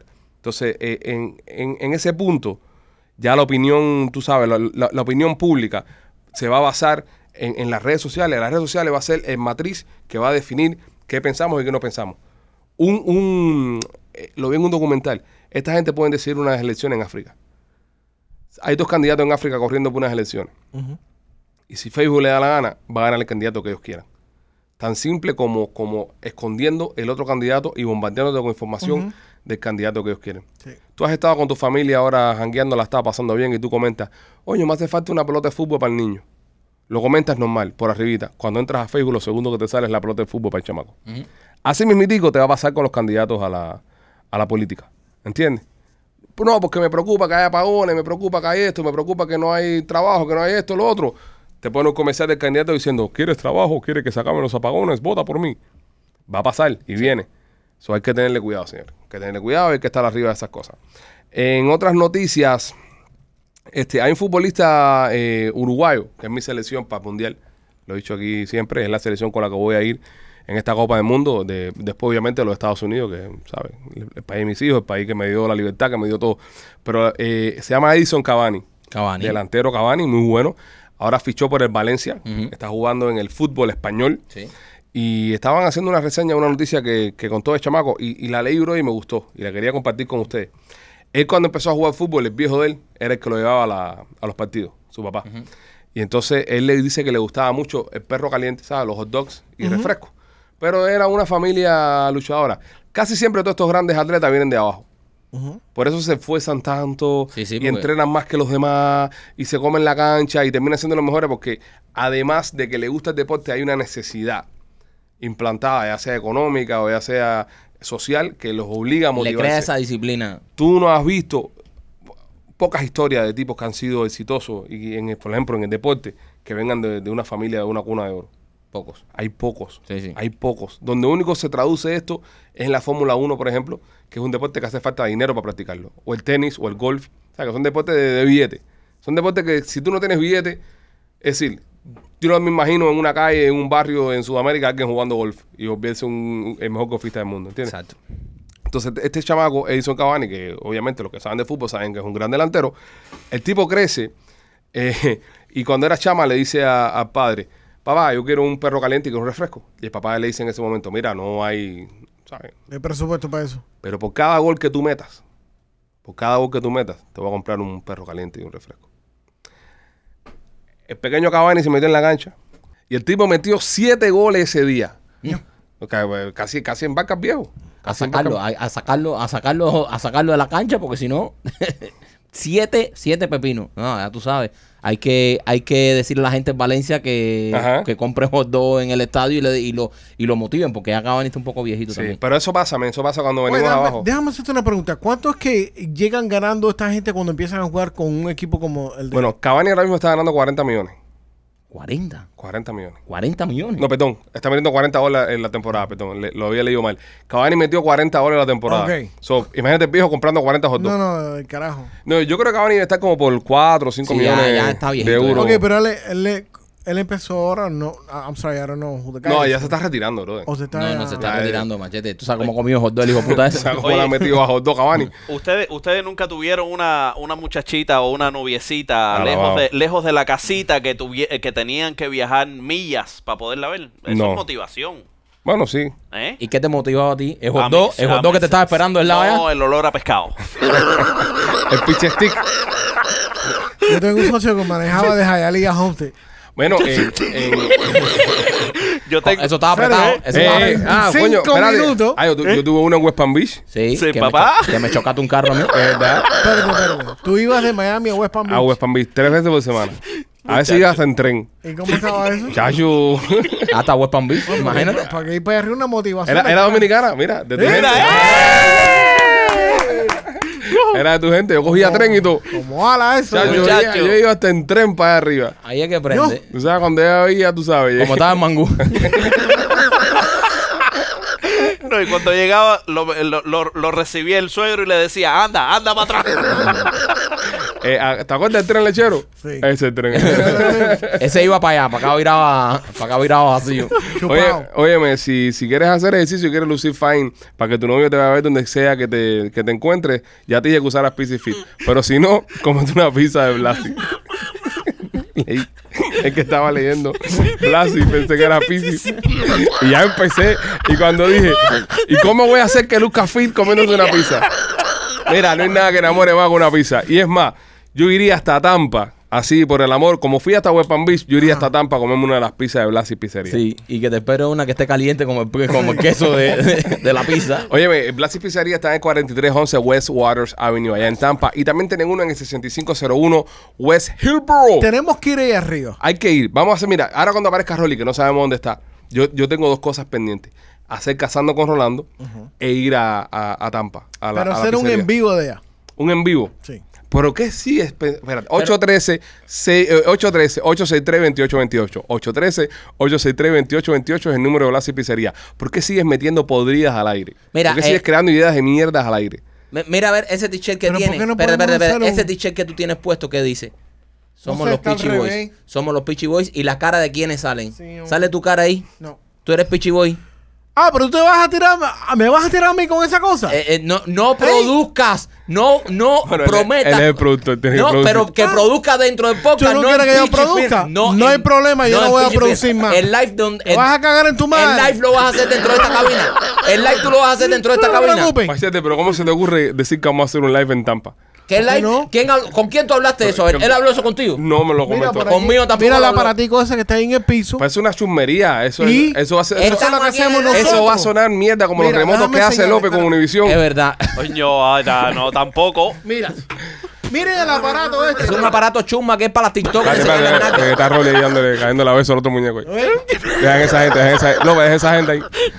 Entonces, eh, en, en, en ese punto, ya la opinión, tú sabes, la, la, la opinión pública se va a basar en, en las redes sociales. Las redes sociales va a ser el matriz que va a definir qué pensamos y qué no pensamos. Un, un, eh, lo vi en un documental. Esta gente puede decidir unas elecciones en África. Hay dos candidatos en África corriendo por unas elecciones. Uh-huh. Y si Facebook le da la gana, va a ganar el candidato que ellos quieran. Tan simple como, como escondiendo el otro candidato y bombardeándote con información uh-huh. del candidato que ellos quieren. Sí. Tú has estado con tu familia ahora jangueando, la estaba pasando bien y tú comentas, oye, me hace falta una pelota de fútbol para el niño. Lo comentas normal, por arribita. Cuando entras a Facebook, lo segundo que te sale es la pelota de fútbol para el chamaco. Uh-huh. Así mismitico te va a pasar con los candidatos a la, a la política. ¿Entiendes? No, porque me preocupa que haya apagones, me preocupa que hay esto, me preocupa que no hay trabajo, que no hay esto, lo otro. Te pone un comercial del candidato diciendo, ¿quieres trabajo? ¿Quieres que se acaben los apagones? Vota por mí. Va a pasar y viene. Eso hay que tenerle cuidado, señor. Hay que tenerle cuidado y hay que estar arriba de esas cosas. En otras noticias, este, hay un futbolista eh, uruguayo, que es mi selección para el Mundial. Lo he dicho aquí siempre, es la selección con la que voy a ir en esta Copa del Mundo. De, después, obviamente, de los Estados Unidos, que, ¿sabes? El, el país de mis hijos, el país que me dio la libertad, que me dio todo. Pero eh, se llama Edison Cavani. Cavani. Delantero Cavani, muy bueno. Ahora fichó por el Valencia, uh-huh. está jugando en el fútbol español. Sí. Y estaban haciendo una reseña, una noticia que, que contó el chamaco, y, y la leí, bro, y me gustó. Y la quería compartir con ustedes. Él cuando empezó a jugar fútbol, el viejo de él era el que lo llevaba a, la, a los partidos, su papá. Uh-huh. Y entonces él le dice que le gustaba mucho el perro caliente, ¿sabes? Los hot dogs y uh-huh. refrescos. Pero era una familia luchadora. Casi siempre todos estos grandes atletas vienen de abajo. Uh-huh. Por eso se esfuerzan tanto sí, sí, y porque... entrenan más que los demás y se comen la cancha y terminan siendo los mejores porque además de que le gusta el deporte hay una necesidad implantada, ya sea económica o ya sea social, que los obliga a motivarse. Le crea esa disciplina. Tú no has visto pocas historias de tipos que han sido exitosos y en, por ejemplo en el deporte que vengan de, de una familia de una cuna de oro. Pocos. Hay pocos. Sí, sí. Hay pocos. Donde único se traduce esto es en la Fórmula uno, por ejemplo, que es un deporte que hace falta dinero para practicarlo. O el tenis o el golf. O sea, que son deportes de, de billete. Son deportes que si tú no tienes billete, es decir, yo no me imagino en una calle, en un barrio en Sudamérica, alguien jugando golf y volverse un, el mejor golfista del mundo. ¿Entiendes? Exacto. Entonces, este chamaco, Edison Cavani, que obviamente los que saben de fútbol saben que es un gran delantero, el tipo crece eh, y cuando era chama le dice al padre, papá, yo quiero un perro caliente y quiero un refresco. Y el papá le dice en ese momento, mira, no hay, ¿sabes? ¿Hay presupuesto para eso? Pero por cada gol que tú metas, por cada gol que tú metas, te voy a comprar un perro caliente y un refresco. El pequeño Cavani se metió en la cancha y el tipo metió siete goles ese día. Mm. Okay, casi, casi en vacas viejo. A sacarlo, a, a sacarlo, a sacarlo, a sacarlo de la cancha, porque si no, siete, siete pepinos. No, ya tú sabes. Hay que, hay que decirle a la gente en Valencia que, que compre hot dog en el estadio y, le, y lo y lo motiven, porque ya Cavani está un poco viejito sí, también. Pero eso pasa, man, eso pasa cuando venimos Oye, déjame, abajo. Déjame hacerte una pregunta. ¿Cuánto es que llegan ganando esta gente cuando empiezan a jugar con un equipo como el de... Bueno, Cavani ahora mismo está ganando cuarenta millones. ¿cuarenta? cuarenta millones. ¿cuarenta millones? No, perdón. Está metiendo cuarenta goles en la temporada, perdón. Le, lo había leído mal. Cavani metió cuarenta goles en la temporada. Ok. So, imagínate el viejo comprando cuarenta hot dogs. No, no, el carajo. No, yo creo que Cavani está como por cuatro o cinco sí, millones ya, ya está viejito, de euros. Ok, pero él, él, él empezó ahora, no, I'm sorry, I don't know who the guy No, is. ya se está retirando, bro. O se está, no, no se está ya, retirando, machete. Tú sabes cómo ha comido hot dog el hijo puta ese. ¿Sabes cómo le ha metido a hot dog Cavani? ¿Ustedes, ustedes nunca tuvieron una, una muchachita o una noviecita ah, lejos, de, lejos de la casita que, tuvie, que tenían que viajar millas para poderla ver? Eso no. Es motivación. Bueno, sí. ¿Eh? ¿Y qué te motivaba a ti? ¿El hot dog, el hot dog que te estaba esperando en la valla? No, el olor a pescado. El pitch stick. Yo tengo un socio que manejaba de Hialeah a Homestead. Bueno, en, en, yo tengo... Eso estaba apretado. Eh, eso estaba eh, ah, coño, minutos. Ah, yo, ¿Eh? yo tuve uno en West Palm Beach. Sí, sí que papá. Me que me chocaste un carro a mí. ¿Verdad? Espérate, espérate. Tú ibas de Miami a West Palm Beach. A West Palm Beach, tres veces por semana. A veces ibas en tren. ¿Y cómo estaba eso? Chacho. Hasta West Palm Beach, imagínate. Para que ir para arriba una motivación. Era, era dominicana, mira. De tu mira, gente. Era de tu gente, yo cogía como, tren y todo. Como ala eso. Chacho, yo, iba, yo iba hasta en tren para allá arriba. Ahí es que prende. Tú sabes, cuando ella veía, tú sabes. Como estaba en Mangú. No, y cuando llegaba, lo, lo, lo, lo recibía el suegro y le decía, anda, anda para atrás. Eh, ¿Te acuerdas del tren lechero? Sí. Ese tren. Ese iba para allá, para acá viraba, para acá viraba vacío. Oye, Chupado. óyeme, si, si quieres hacer ejercicio y quieres lucir fine para que tu novio te vaya a ver donde sea que te, que te encuentres, ya te dije que usaras Pizza Fit. Pero si no, cómete una pizza de Blasi. Leí. Es que estaba leyendo Blasi, pensé que era Pizza. Y ya empecé. Y cuando dije, ¿y cómo voy a hacer que luzca fit comiéndose una pizza? Mira, no hay nada que enamore más que una pizza. Y es más, yo iría hasta Tampa, así por el amor. Como fui hasta West Palm Beach, yo iría hasta Tampa a comerme una de las pizzas de Blasi Pizzería. Sí, y que te espero una que esté caliente como el, como el queso de, de, de la pizza. Óyeme, Blasi Pizzería está en cuarenta y tres once West Waters Avenue, allá en Tampa. Y también tienen uno en el sesenta y cinco cero uno West Hillborough. Tenemos que ir ahí arriba. Hay que ir. Vamos a hacer, mira, ahora cuando aparezca Rolly, que no sabemos dónde está, yo, yo tengo dos cosas pendientes. Hacer Cazando con Rolando e ir a, a, a Tampa. A la, Pero a la hacer un pizzería. en vivo de allá. Un en vivo. Sí. ¿Pero qué sí es? Espérate. ocho uno tres, ocho uno tres, ocho seis tres, dos ocho dos ocho. ocho uno tres, ocho seis tres, dos ocho dos ocho es el número de Blasi Pizzería. ¿Por qué sigues metiendo podridas al aire? Mira, ¿Por qué eh, sigues creando ideas de mierdas al aire? Me- Mira a ver ese t-shirt que Pero ¿por tiene. qué no Espera, podemos espera, espera. hacer un- Ese t-shirt que tú tienes puesto, ¿qué dice? Somos sé, los está al Peachy Boys. revés. Somos los Peachy Boys. ¿Y la cara de quiénes salen? Sí, hombre. ¿Sale tu cara ahí? No. ¿Tú eres Peachy Boy? Ah, pero tú te vas a tirar, me vas a tirar a mí con esa cosa. Eh, eh, no no produzcas. No, no Bueno, él- prometas. él es el productor, tiene que No, producir. pero que Ah. produzca dentro del podcast. ¿Tú no quieres en que yo Peachy produzca? Film. No hay en- problema, yo no en voy a Peachy producir Film. más. El live donde. Te vas a cagar en tu madre. El live lo vas a hacer dentro de esta cabina. El live tú lo vas a hacer dentro de esta No te cabina. preocupes. Machete, pero ¿cómo se te ocurre decir que vamos a hacer un live en Tampa? ¿Qué ¿Por qué live? no? ¿Quién habl- ¿Con quién tú hablaste de eso? A ver, ¿él habló eso contigo? No me lo Mira, comentó. por aquí. Conmigo tampoco Mira el lo habló. aparatico ese que está ahí en el piso. Parece una chusmería. Eso, ¿Y? es, eso, va a ser- Eso eso, es lo que Estamos aquí hacemos en el- nosotros. eso va a sonar mierda como Mira, los remotos déjame que hace enseñarle, López con espera. Univisión. Es verdad. Coño, ay, ya, no, tampoco. Mira. Miren el aparato este. Es un aparato chumba que es para las TikTok. Espérate, que se ven espérate, las espérate, que nalgas. está Rolly ahí dándole, cayendo la beso al otro muñeco ahí. ¿Eh? Dejan esa gente, dejan esa gente. López, deja esa gente ahí.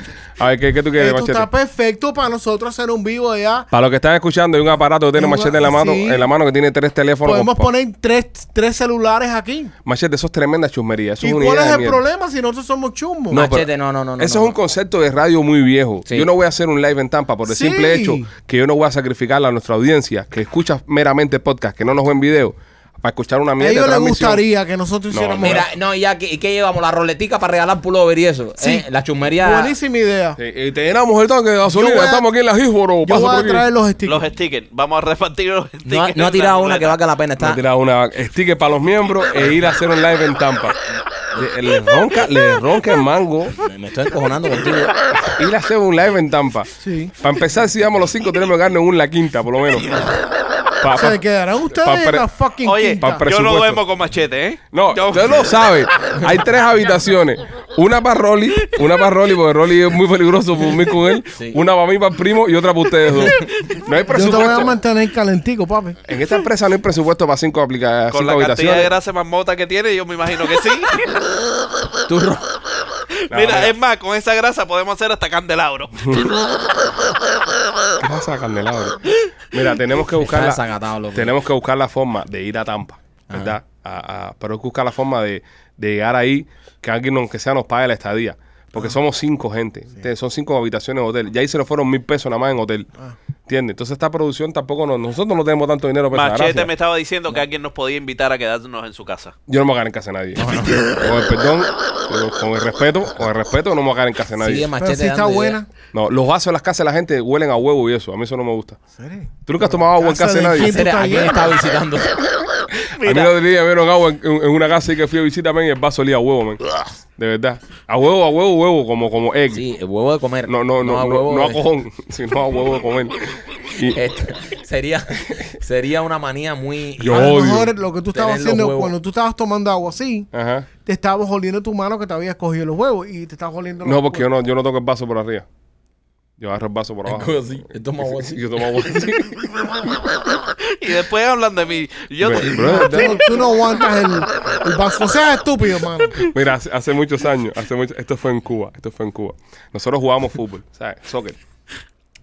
A ver, ¿qué, qué tú quieres, Esto Machete? está perfecto para nosotros hacer un vivo allá. Para los que están escuchando, hay un aparato que tiene Un- Machete en la mano, sí. en la mano que tiene tres teléfonos. Podemos con- poner tres, tres celulares aquí. Machete, eso es tremenda chusmería. Eso ¿Y es una cuál idea es de el mierda. problema si nosotros somos chumos? No, Machete, pero no, no, no. no, Eso no, es un concepto de radio muy viejo. Sí. Yo no voy a hacer un live en Tampa por el Sí. simple hecho que yo no voy a sacrificarle a nuestra audiencia que escucha meramente podcast, que no nos ven video, para escuchar una A mierda de ellos les transmisión. gustaría que nosotros No, hiciéramos Mira, no, y ya, ¿y qué llevamos? La roletica para regalar pullover y eso. Sí. ¿eh? La chusmería. buenísima idea. Sí, y te llenamos el tanque de gasolina. Yo voy a- Estamos aquí en la Gisboro. Yo Pasa voy por a aquí. traer los stickers. Los stickers. Vamos a repartir los stickers. No, ha- no ha en tirado la una que ruleta. valga la pena. Me Está. he tirado una sticker para los miembros e ir a hacer un live en Tampa. Le, le ronca, le ronca el mango. Me, me estoy encojonando contigo. Ir a hacer un live en Tampa. Sí. Para empezar, si damos los cinco, tenemos que darnos un la quinta, por lo menos. Pa- Se pa- quedarán ustedes pa- pre- en la fucking Oye, quinta. pa- pre- yo no presupuesto. duermo con machete, ¿eh? No, Yo- usted lo sabe. Hay tres habitaciones. Una para Rolly, una para Rolly, porque Rolly es muy peligroso por dormir con él. Sí. Una para mí, para el primo y otra para ustedes dos. No hay Yo te voy a presupuesto. mantener calentico, papi. En esta empresa no hay presupuesto para cinco, aplica Con cinco la cantidad de habitaciones. grasa marmota que tiene, yo me imagino que sí. Tú, Ro- No, Mira, mira. es más, con esa grasa podemos hacer hasta candelabro. ¿Qué pasa, Candelabro? Mira, tenemos que buscar Está la, desagatado, loco. tenemos que buscar la forma de ir a Tampa, ¿verdad? A- a- pero hay que buscar la forma de, de llegar ahí, que alguien, aunque sea, nos pague la estadía. Porque somos cinco gente. ¿Entiendes? Son cinco habitaciones en hotel. Ya ahí se nos fueron mil pesos nada más en hotel. ¿Entiendes? Entonces esta producción tampoco nos, nosotros no tenemos tanto dinero para esa Machete gracia. me estaba diciendo que alguien nos podía invitar a quedarnos en su casa. Yo no me voy a quedar en casa de nadie. Con el perdón, con- con el respeto, con el respeto, no me voy a quedar en casa de nadie. Sigue Pero Machete si está dando buena. ideas. No, los vasos de las casas de la gente huelen a huevo y eso. A mí eso no me gusta. ¿Serio? ¿Tú nunca has tomado agua en Casa casa de de nadie? quién? Machete, ¿a quién está visitando? A mí el otro día me dieron agua en, en- en una casa y que fui a visitar, men, y el vaso olía a huevo, men. De verdad. A huevo, a huevo, huevo, como, como egg. Sí, el huevo de comer. No, no, no, a no, huevo no a de- cojón, sino a huevo de comer. Y Este, sería, sería una manía muy. Yo a lo odio. mejor lo que tú estabas tener los haciendo huevos. cuando tú estabas tomando agua así, ajá. te estabas oliendo tu mano que te habías cogido los huevos y te estabas oliendo los No, porque yo huevos. no, yo no toco el vaso por arriba. Yo agarro el vaso por abajo. Coge así, él toma agua así. Yo tomo agua así. Y después hablan de mí. Yo, Bro, bro, Tú, no- tú no aguantas el, el vaso. No seas estúpido, mano. Mira, hace, hace muchos años, hace mucho, esto fue en Cuba, esto fue en Cuba. Nosotros jugábamos fútbol, ¿sabes? Soccer.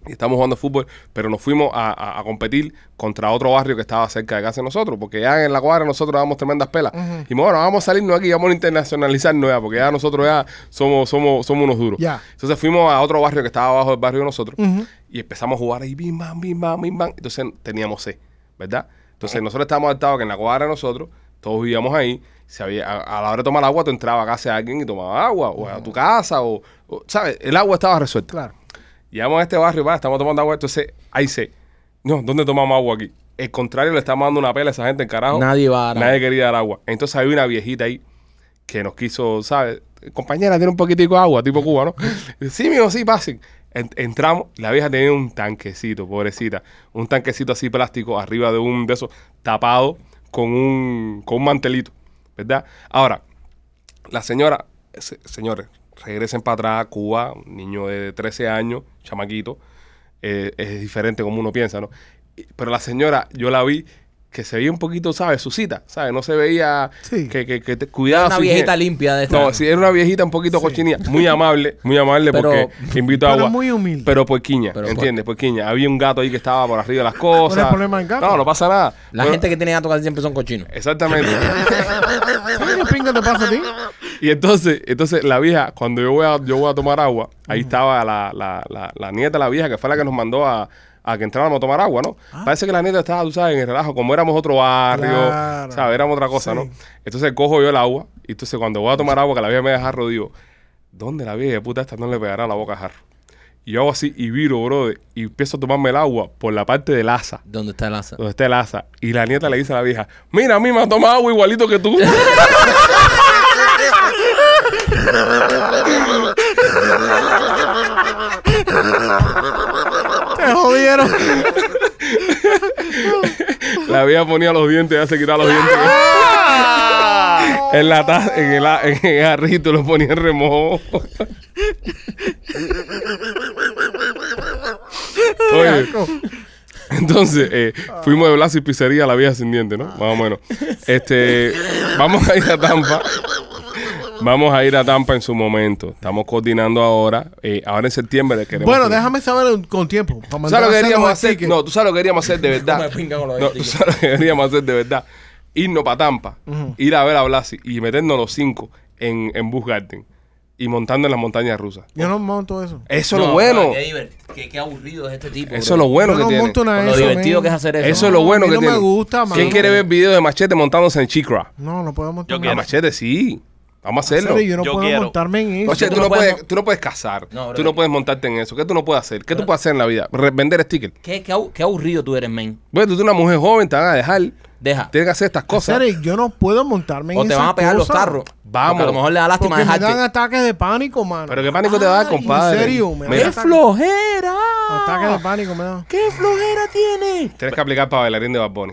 y estamos jugando fútbol, pero nos fuimos a, a, a competir contra otro barrio que estaba cerca de casa de nosotros, porque ya en la cuadra nosotros damos tremendas pelas. Uh-huh. Y bueno, vamos a salirnos aquí, vamos a internacionalizarnos ya, porque ya nosotros ya somos, somos, somos unos duros. Yeah. Entonces fuimos a otro barrio que estaba abajo del barrio de nosotros, Uh-huh. y empezamos a jugar ahí, bim, bam, bim, bam, bim, bam. Entonces teníamos sed, ¿verdad? Entonces uh-huh. nosotros estábamos adaptados que en la cuadra de nosotros, todos vivíamos ahí. Si había, a, a la hora de tomar agua, tú entrabas a casa de alguien y tomabas agua, o a tu casa, o, o ¿sabes? El agua estaba resuelta. Claro. Llegamos a este barrio, va, estamos tomando agua, entonces ahí sé. No, ¿dónde tomamos agua aquí? El contrario, le estamos dando una pela a esa gente en carajo. Nadie va a dar Nadie quería dar agua. Entonces había una viejita ahí que nos quiso, ¿sabes? Compañera, tiene un poquitico de agua, tipo Cuba, ¿no? Sí, mijo, sí, pasen. En, entramos, la vieja tenía un tanquecito, pobrecita. Un tanquecito así plástico arriba de un de esos tapado con un, con un mantelito, ¿verdad? Ahora, la señora, se, señores, regresen para atrás, Cuba, un niño de trece años, chamaquito, eh, es diferente como uno piensa, ¿no? Pero la señora, yo la vi que se veía un poquito, ¿sabes? Sucita, ¿sabes? No se veía Sí. que, que, que te cuidaba. Una su viejita higiene. limpia de esta. No, sí, era una viejita un poquito Sí. cochinilla, muy amable, muy amable Pero- porque invitó Pero agua. muy humilde. Pero puerquiña, Pero ¿entiendes? Puerquiña. Había un gato ahí que estaba por arriba de las cosas. ¿Cuál es el problema del gato? No, no pasa nada. La Pero- gente que tiene gato casi siempre son cochinos. Exactamente. ¿Sabes qué pinga te pasa a ti? Y entonces, entonces la vieja, cuando yo voy a, yo voy a tomar agua, ahí estaba la, la, la, la nieta de la vieja, que fue la que nos mandó a, a que entráramos a tomar agua, ¿no? Parece que la nieta estaba, tú sabes, en el relajo, como éramos otro barrio, Claro. ¿sabes? Éramos otra cosa, Sí. ¿no? Entonces cojo yo el agua, y entonces cuando voy a tomar agua, que la vieja me deja jarro, digo, ¿dónde la vieja de puta esta no le pegará la boca a jarro? Y yo hago así y viro, brother, y empiezo a tomarme el agua por la parte del asa, ¿Dónde está el asa? donde está el asa. Y la nieta le dice a la vieja, mira, a mí me ha tomado agua igualito que tú. Te jodieron. La vieja ponía los dientes, ya se quitaba los dientes. En la taza, en el, en el jarrito lo ponía en remojo. Oye, entonces, eh, fuimos de Blas y Pizzería a la vieja sin dientes, ¿no? Más o menos. Este, vamos a ir a Tampa. Vamos a ir a Tampa en su momento. Estamos coordinando ahora. Eh, ahora en septiembre queremos. Bueno, ir. déjame saber con tiempo. Para ¿Tú mandar sabes lo a que hacer queríamos los hacer? stickers. No, tú sabes lo que queríamos hacer de verdad. No me pinga con los No, tú stickers. sabes lo que queríamos hacer de verdad. Irnos para Tampa, Ujú. ir a ver a Blasi y meternos los cinco en, en Busch Garden y montando en las montañas rusas. Yo no monto eso. Eso es No, lo bueno. no, Qué, divert- qué, qué aburrido es este tipo. Eso es lo bueno Yo que no tiene. monto nada Con de lo eso. divertido men. que es hacer eso. Eso es lo bueno a mí que no tiene. me gusta, man. ¿Quién quiere ver videos de Machete montándose en Chicra? No, no puedo montar. Yo A quiero. Machete sí. Vamos a En hacerlo. serio, yo no Yo puedo quiero. montarme en eso. Machete, Tú tú, no no puedes- puedes, tú no puedes cazar. No, bro. tú no puedes montarte en eso. ¿Qué tú no puedes hacer? ¿Qué tú puedes hacer en la vida? Re- vender stickers. ¿Qué, qué, abu- qué aburrido tú eres, men. Bueno, tú eres una mujer joven, te van a dejar. Deja. Tienes que hacer estas En cosas. serio, yo no puedo montarme en O te esas van a pegar los cosas. tarros. Vamos. Porque a lo mejor le da lástima Porque me dejarte. dan ataques de pánico, mano. Pero qué pánico te da, Ay, compadre. en serio, me Mira, da ¡Qué flojera! Ataques de pánico me dan. ¡Qué flojera tiene! tienes que aplicar para bailarín de Bad Bunny.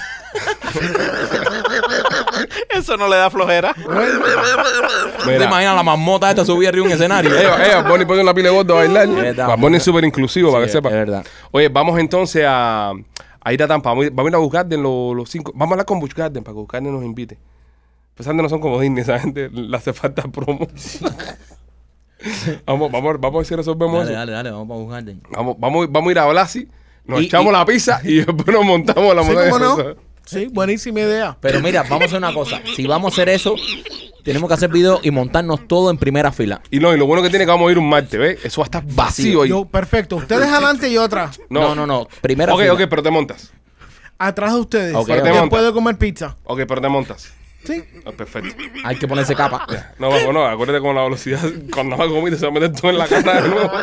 Eso no le da flojera. ¿Te Mira, imaginas la marmota esta subir arriba de un escenario? eh, eh, Bad Bunny pone una pila de gordo a bailar. Es verdad, Bad Bunny es súper inclusivo, para que es- sepa. es verdad. Oye, vamos entonces a, a ir a Tampa. Vamos, a ir- vamos a ir a Busch Garden los, los cinco. Vamos a hablar con Busch Garden para que Busch Garden nos invite. Pesando no son como Disney, esa gente le hace falta promo. vamos, vamos, vamos a ver si resolvemos Dale, eso. dale, dale, vamos para buscarte. Vamos, vamos, vamos a ir a Blasi, nos Y- echamos y- la pizza y después nos montamos la Sí, montaña ¿cómo no? rusa. Sí, buenísima idea. Pero mira, vamos a hacer una cosa. Si vamos a hacer eso, tenemos que hacer video y montarnos todo en primera fila. Y no, y lo bueno que tiene es que vamos a ir un martes, ¿ves? Eso va a estar vacío ahí. Yo, perfecto. Ustedes adelante y yo atrás. No, no, no. Primera Ok, fila. ok, pero te montas. Atrás de ustedes. Ok, Yo ok. puedo comer pizza. Ok, pero te montas. Sí. Ah, perfecto. Hay que ponerse capa. No, vamos, no, acuérdate con la velocidad. Cuando vas a comer, se va a meter todo en la cara de nuevo.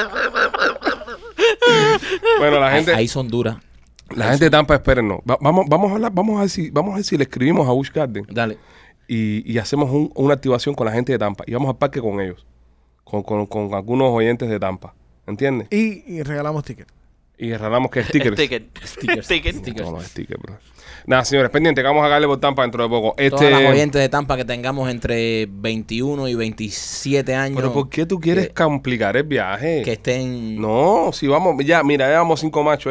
Bueno, la gente, Ahí son duras. la gente de Tampa, espérennos. Va- vamos, vamos a hablar, vamos a ver si, vamos a ver si le escribimos a Busch Garden Dale. y, y hacemos un- una activación con la gente de Tampa. Y vamos al parque con ellos. Con, con, con algunos oyentes de Tampa. ¿Entiendes? Y, y regalamos tickets. Y regalamos que stickers. Sticker. Stickers. Sticker. Stickers. No, los stickers, bro. Nada, señores, pendiente, que vamos a darle por Tampa dentro de poco. Todas las Este, oyentes de Tampa que tengamos entre veintiuno y veintisiete años. pero ¿por qué tú quieres que, complicar el viaje? que estén. No, si vamos, ya, mira, ya vamos cinco machos ya.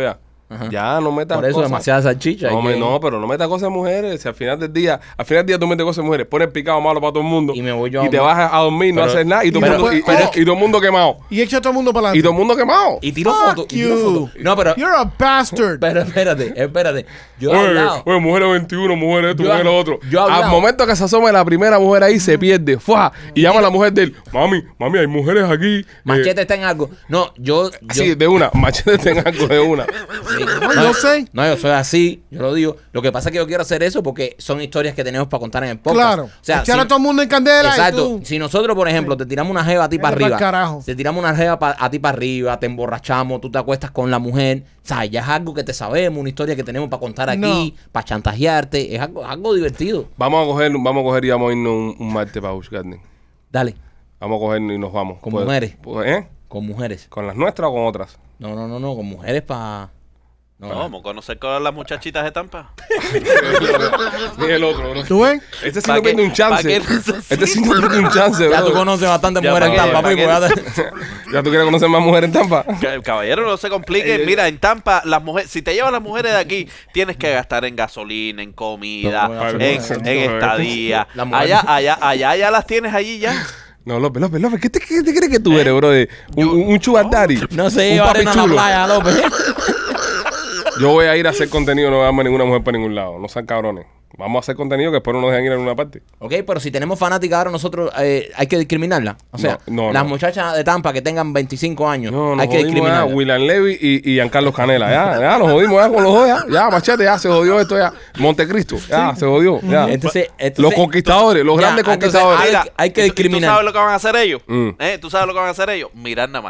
Ajá. Ya, no metas Por eso cosas. demasiada salchicha. No, hay me- que- no, pero no metas cosas de mujeres. Si al final del día, al final del día tú metes cosas de mujeres, pones picado malo para todo el mundo. Y me voy yo a Y te dormir. vas a dormir, no Pero- haces nada. Y todo, pero- el mundo, y, pero- y todo el mundo quemado. Y echa a todo el mundo para Y todo adelante. el mundo quemado. Y tiro Fuck fotos. y tiro you. fotos. No, pero... You're a bastard. Pero espérate, espérate. Yo he Oye, hablado... oye, mujeres veintiuno, mujeres esto, Yo- mujeres lo otro. yo he Al hablado- momento que se asome la primera mujer ahí, se pierde. ¡Fua! Y llama a la mujer de él. Mami, mami, hay mujeres aquí. eh, Machete está en algo. No, yo... yo Sí, de una. Machete tenga algo de una. sí. No, yo sé. No, yo soy así, yo lo digo. Lo que pasa es que yo quiero hacer eso porque son historias que tenemos para contar en el podcast. Claro. O sea, Echar si- a todo el mundo en candela. exacto. Y tú. Si nosotros, por ejemplo, te tiramos una jeva a ti Vete para pa'l arriba, carajo. te tiramos una jeva pa- a ti para arriba, te emborrachamos, tú te acuestas con la mujer, ¿sabes? Ya es algo que te sabemos, una historia que tenemos para contar aquí, para chantajearte, es algo, algo divertido. Vamos a coger, vamos a coger y vamos a irnos un, un martes para Busch Garden. Dale, Vamos a coger y nos vamos. ¿Con Pues- mujeres? pues, ¿eh? con mujeres. ¿Con las nuestras o con otras? No, no, no, no, con mujeres para... No, No, vamos a conocer con las muchachitas de Tampa. Ni el otro, bro. ¿Tú ves? Este sí ¿Pa' no qué- pierde un chance. pa' qué necesito? Este sí no pierde un chance, ya bro. tú conoces bastante Ya, mujeres en ¿pa' qué? Tampa, ¿Pa' Pipo, qué? ya te- ¿Ya tú quieres conocer más mujeres en Tampa? Que- Caballero, no se complique. Mira, en Tampa, las mujeres, si te llevan las mujeres de aquí, tienes que gastar en gasolina, en comida, No, no, en, no, en no, estadía. la mujer- Allá, allá, allá ya las tienes allí ya. No, López, López, López, ¿qué te, qué te crees que tú eres, bro? De un, un, un sugar daddy. No sé, un lleva papi arena a la chulo. playa, López. Yo voy a ir a hacer contenido, no voy a darme ninguna mujer para ningún lado. No sean cabrones. Vamos a hacer contenido que después no nos dejan ir a ninguna parte. Ok, pero si tenemos fanáticas ahora nosotros eh, hay que discriminarla. O sea, No, no, las no. muchachas de Tampa que tengan veinticinco años, No, nos hay que jodimos ya. discriminarla. William Levy y, y Giancarlo Canela. Ya, ya, nos jodimos ya con los dos ya. Ya, machete, ya, se jodió esto ya. Montecristo, ya, se jodió. Ya. Entonces, entonces- los conquistadores, los Ya, grandes entonces, conquistadores. hay- Mira, hay que ¿y tú- y ¿Tú discriminar. sabes lo que van a hacer ellos? Mm. ¿Eh? ¿Tú sabes lo que van a hacer ellos? Mirar nada más.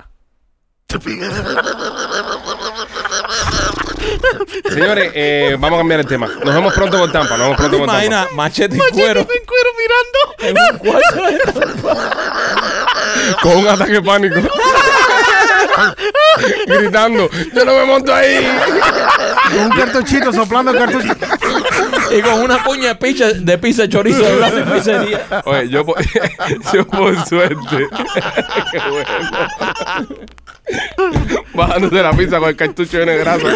Señores, eh, vamos a cambiar el tema. Nos vemos pronto con Tampa. Nos vemos pronto con Tampa. Imagina, machete y cuero. En cuero mirando. En un cuarto. Con un ataque de pánico. Gritando, yo no me monto ahí. Con un cartuchito, soplando el cartuchito. Y con una cuña de pizza, de pizza de chorizo de Blas y Pizzería. Oye, yo por, yo por suerte. Qué bueno. Bajándote la pizza con el cartucho lleno de grasa.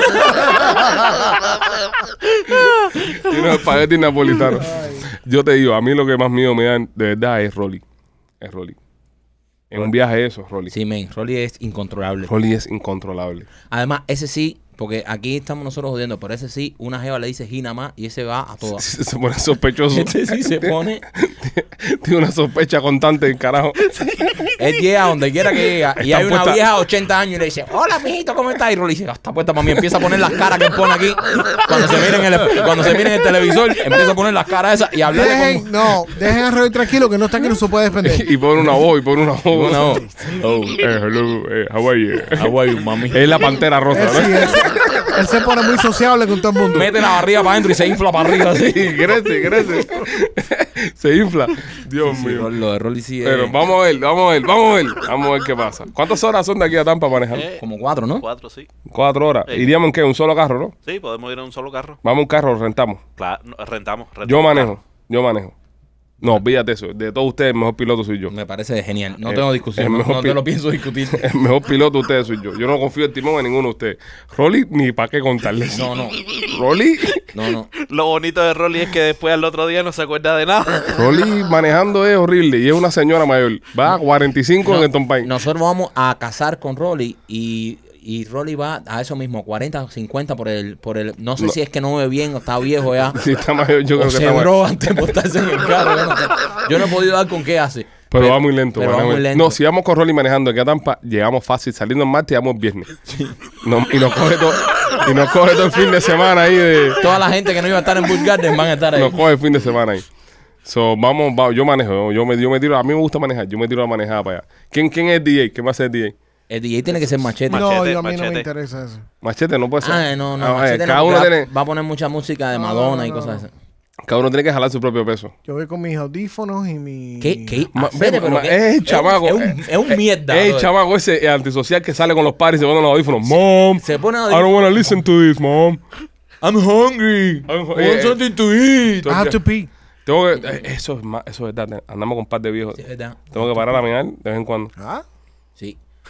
Y unos espaguetis napolitanos. Yo te digo, a mí lo que más miedo me dan de verdad es Rolly. Es Rolly. En un viaje eso, Rolly. Sí, men, Rolly es incontrolable. Rolly es incontrolable. Además, ese sí, porque aquí estamos nosotros jodiendo, pero ese sí, una jeva le dice Gina más y ese va a todas. Se pone sospechoso. Este sí se pone. Tiene una sospecha constante del carajo. Él llega donde quiera que llega. Y Está hay una puesta- vieja de ochenta años y le dice, hola, mijito, ¿cómo estás? Y Rolly dice, "Ah, está puesta para mí. Empieza a poner las caras que él pone aquí. Cuando se mira en el, cuando se mira en el televisor, empieza a poner las caras esas y hablarle Dejen, como... no, dejen a Roy tranquilo que no está que no se puede defender. Y pone una voz, y pone una voz. Una voz. Oh, eh, hello, eh, how are you? How are you, mami? Es la pantera rosa, Él, ¿no? sí, él, él se pone muy sociable con todo el mundo. Mete la barriga para adentro y se infla para arriba así. Y crece, crece. Se infla. Dios mío. Lo de Rolly sí es Pero vamos a ver, vamos a ver, vamos a ver. Vamos a ver qué pasa. ¿Cuántas horas son de aquí a Tampa manejando? Eh, como cuatro, ¿no? Cuatro, sí. Cuatro horas. Sí. ¿Iríamos en qué? ¿Un solo carro, no? Sí, podemos ir en un solo carro. Vamos a un carro, lo rentamos. Claro, no, rentamos, rentamos. Yo un manejo, carro. yo manejo. No, olvídate eso. De todos ustedes, el mejor piloto soy yo. Me parece genial. No Eh, tengo el discusión. No, mejor no te pi- lo pienso discutir. El mejor piloto de ustedes soy yo. Yo no confío el timón en ninguno de ustedes. Rolly, ni para qué contarles. No, no. Rolly, No, no. Lo bonito de Rolly es que después al otro día no se acuerda de nada. Rolly manejando es horrible y es una señora mayor. Va a cuarenta y cinco en el Tompay. Nosotros vamos a casar con Rolly y, y Rolly va a eso mismo, cuarenta o cincuenta por el, por el. No sé No. si es que no ve bien o está viejo ya. Si está mayor, yo o creo que se está mayor. droga antes de montarse en el carro. Yo no, sé. Yo no he podido dar con qué hace. Pero, va muy lento. Pero va va muy- muy lento. No, si vamos con Rolly manejando aquí a Tampa, llegamos fácil. Saliendo el martes, llegamos el viernes. No, y, nos coge todo, y nos coge todo el fin de semana ahí. De, Toda la gente que no iba a estar en Busch Garden van a estar ahí. nos coge el fin de semana ahí. So, vamos, va- yo manejo. Yo me, yo me tiro. A mí me gusta manejar. Yo me tiro a manejar para allá. ¿Quién, quién es el D J? ¿Qué más es el D J? El D J tiene que ser machete. Machete, No, yo a mí no machete. me interesa eso. Machete, no puede ser. Ah, no, no. Ah, Machete cada, no, uno va, tiene, va a poner mucha música de No, Madonna y no, cosas no. así. cada uno tiene que jalar su propio peso. Yo voy con mis audífonos y mi... ¿Qué? ¿Qué? Ma- Espérate, ve, pero ma- ¿qué? es el chamaco. Es un, es un mierda. Es el brother. chamaco ese eh, antisocial que sale con los paris y se pone los audífonos. Mom, Se pone I audífonos. don't want to listen to this, mom. I'm hungry. I'm hu- I want eh, something to eat. I have to pee. Tengo que, eh, eso es más, eso es verdad. Andamos con un par de viejos. Sí, es verdad. Tengo que parar a mirar de vez en cuando. ¿Ah? Sí.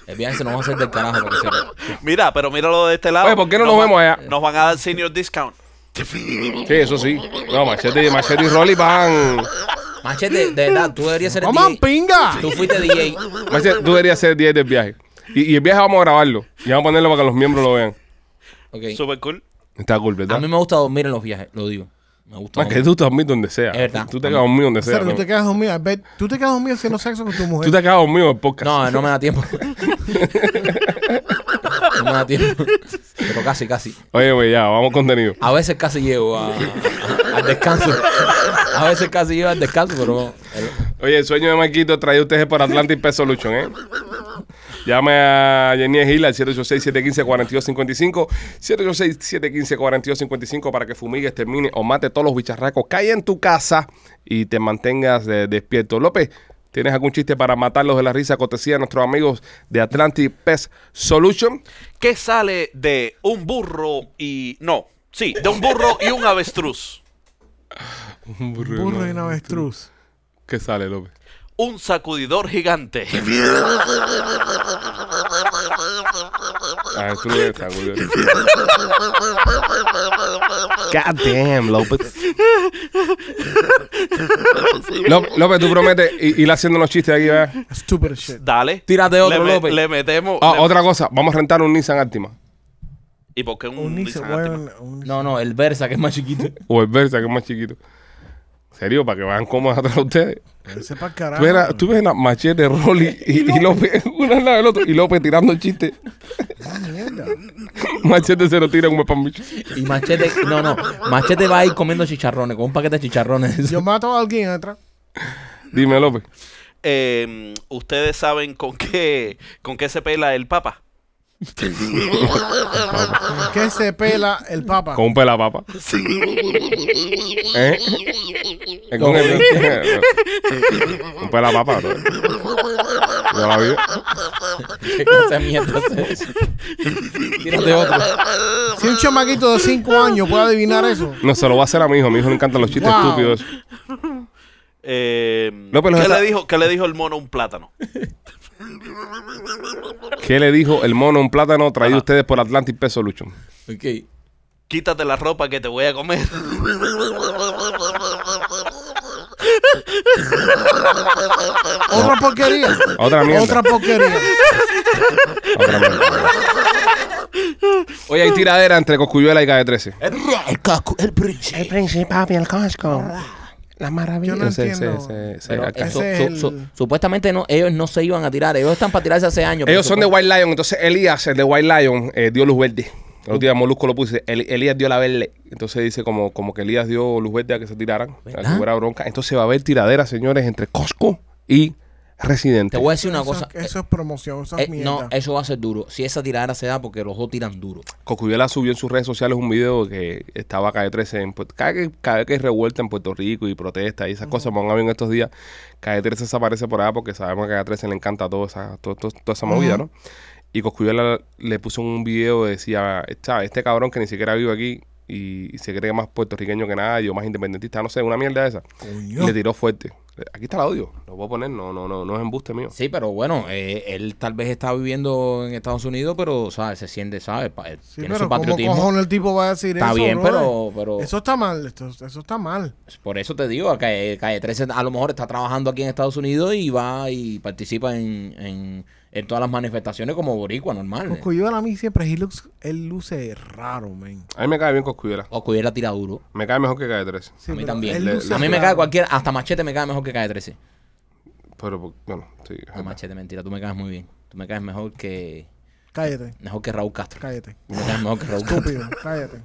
El viaje se nos va a hacer del carajo. Porque se... Mira, pero míralo de este lado. Oye, ¿por qué no nos, nos vemos allá? Nos van a dar senior discount. Sí, eso sí. No, Machete, Machete y Rolly van... Machete, de verdad, tú deberías ser el ¡Vamos, D J. pinga! Tú fuiste D J. Machete, tú deberías ser el D J del viaje. Y, y el viaje vamos a grabarlo. Y vamos a ponerlo para que los miembros lo vean. Okay. Super cool. Está cool, ¿verdad? A mí me gusta dormir en los viajes, lo digo. Me gusta. Más que tú te dormís donde sea. Es verdad. Tú te quedas dormido donde O sea. sea, tú ¿no? te quedas dormido. I bet- Tú te quedas dormido haciendo sexo con tu mujer. Tú te quedas dormido en el podcast. No, no me da tiempo. No me da tiempo. Pero casi, casi. Oye, güey, ya, vamos contenido. A veces casi llego a, a- al descanso. A veces casi llego al descanso, pero... el- Oye, el sueño de Marquito traído ustedes por Atlantic Pest Solution, ¿eh? Llame a Jenny Gil al siete ocho seis, siete uno cinco, cuatro dos cinco cinco, siete ocho seis, siete uno cinco, cuatro dos cinco cinco para que fumigue, extermine o mate todos los bicharracos que hay en tu casa y te mantengas eh, despierto. López, ¿tienes algún chiste para matarlos de la risa cortesía de nuestros amigos de Atlantic Pest Solution? ¿Qué sale de un burro y... No, sí, de un burro y un avestruz? Un Burro y un avestruz. ¿Qué sale, López? Un sacudidor gigante. Ah, tú no eres tan güey. God damn, López. López, López, tú prometes i- ir haciendo los chistes aquí, ¿verdad? Stupid shit. Dale. Tírate otro, le, me- López. Le metemos... Ah, le- otra cosa, vamos a rentar un Nissan Altima. ¿Y por qué un, Un Nissan, Nissan Altima? bueno, un- No, no, el Versa, que es más chiquito. O el Versa, que es más chiquito. ¿Serio? Para que vayan cómodos atrás de ustedes. Ese pa'l Tú carajo. ves, a- tú ves a Machete, Rolly y, y López, uno al lado del otro, y López tirando el chiste. Ah, mierda. Machete se lo tira como pan bicho. Y Machete, no, no. Machete va a ir comiendo chicharrones, con un paquete de chicharrones. Yo mato a alguien atrás. Dime, López. Eh, ¿Ustedes saben con qué, con qué se pela el papa? ¿Qué se pela el papa? Con un pelapapa. ¿Eh? Es con el... un pelapapa, bro. Yo la vi. ¿Qué clase de mierda es eso? Tírate otro. Si un chamaquito de cinco años puede adivinar eso. No, se lo va a hacer a mi hijo. A mi hijo le encantan los chistes Wow. estúpidos. Eh, López, los ¿qué, está- le dijo, ¿Qué le dijo el mono a un plátano? ¿Qué le dijo el mono a un plátano traído Ajá. ustedes por Atlantic Pest Solution? Ok. Quítate la ropa que te voy a comer. Otra porquería. Otra mierda. Otra porquería. Otra mierda. Hoy hay tiradera entre Coscuyuela y Calle trece. El casco, el príncipe. El príncipe, papi, el casco. La maravilla. Yo no Se- entiendo. se- se- se- Pero acá. eso- Ese es su- el- su- supuestamente no, ellos no se iban a tirar. Ellos están para tirarse hace años. Ellos pero son de supo- White Lion, entonces Elías, el de White Lion, eh, dio luz verde. El otro día Molusco lo puse, El- Elías dio la verde. Entonces dice como, como que Elías dio luz verde a que se tiraran, a ¿Verdad? que hubiera bronca. Entonces va a haber tiradera, señores, entre Costco y Residente. Te voy a decir una Eso, cosa. eso es promoción, eso es Eh, mierda. no, eso va a ser duro. Si esa tiradera se da, porque los dos tiran duro. Coscuyuela subió en sus redes sociales un video que estaba Calle trece en Puerto cada, que, cada vez que hay revuelta en Puerto Rico y protesta y esas cosas, como han habido en estos días, Calle trece desaparece por allá porque sabemos que a Calle trece le encanta toda esa, todo- todo- toda esa movida, ¿no? Y Coscuyuela le puso un video que decía, "Chá, este cabrón que ni siquiera vive aquí y, y se cree más puertorriqueño que nadie o más independentista, no sé, una mierda de esa. Coño. Le tiró fuerte. Aquí está el audio, lo voy a poner, no, no, no, no es embuste mío. Sí, pero bueno, eh, él tal vez está viviendo en Estados Unidos, pero, ¿sabes? Se siente, ¿sabes? Pa- Sí, Tiene pero su ¿cómo patriotismo. cojones el tipo va a decir Está eso? bien, brother? pero, pero Eso está mal, esto- eso está mal. por eso te digo, que Calle trece a lo mejor está trabajando aquí en Estados Unidos y va y participa en, en, en todas las manifestaciones como boricua, normal. ¿eh? Coscuyuela a mí siempre, he looks- él luce raro, man. A mí me cae bien Coscuyuela. O Cuyela tira duro. Me cae mejor que Calle trece. Sí, A mí pero también. él Le- luce A mí me raro. cae cualquier, hasta Machete me cae mejor que Calle trece. Pero, bueno, sí. es No, verdad. Machete, mentira, tú me caes muy bien. Tú me caes mejor que Cállate, mejor que Raúl Castro. cállate. Tú me caes mejor que Raúl Castro. Estúpido, cállate.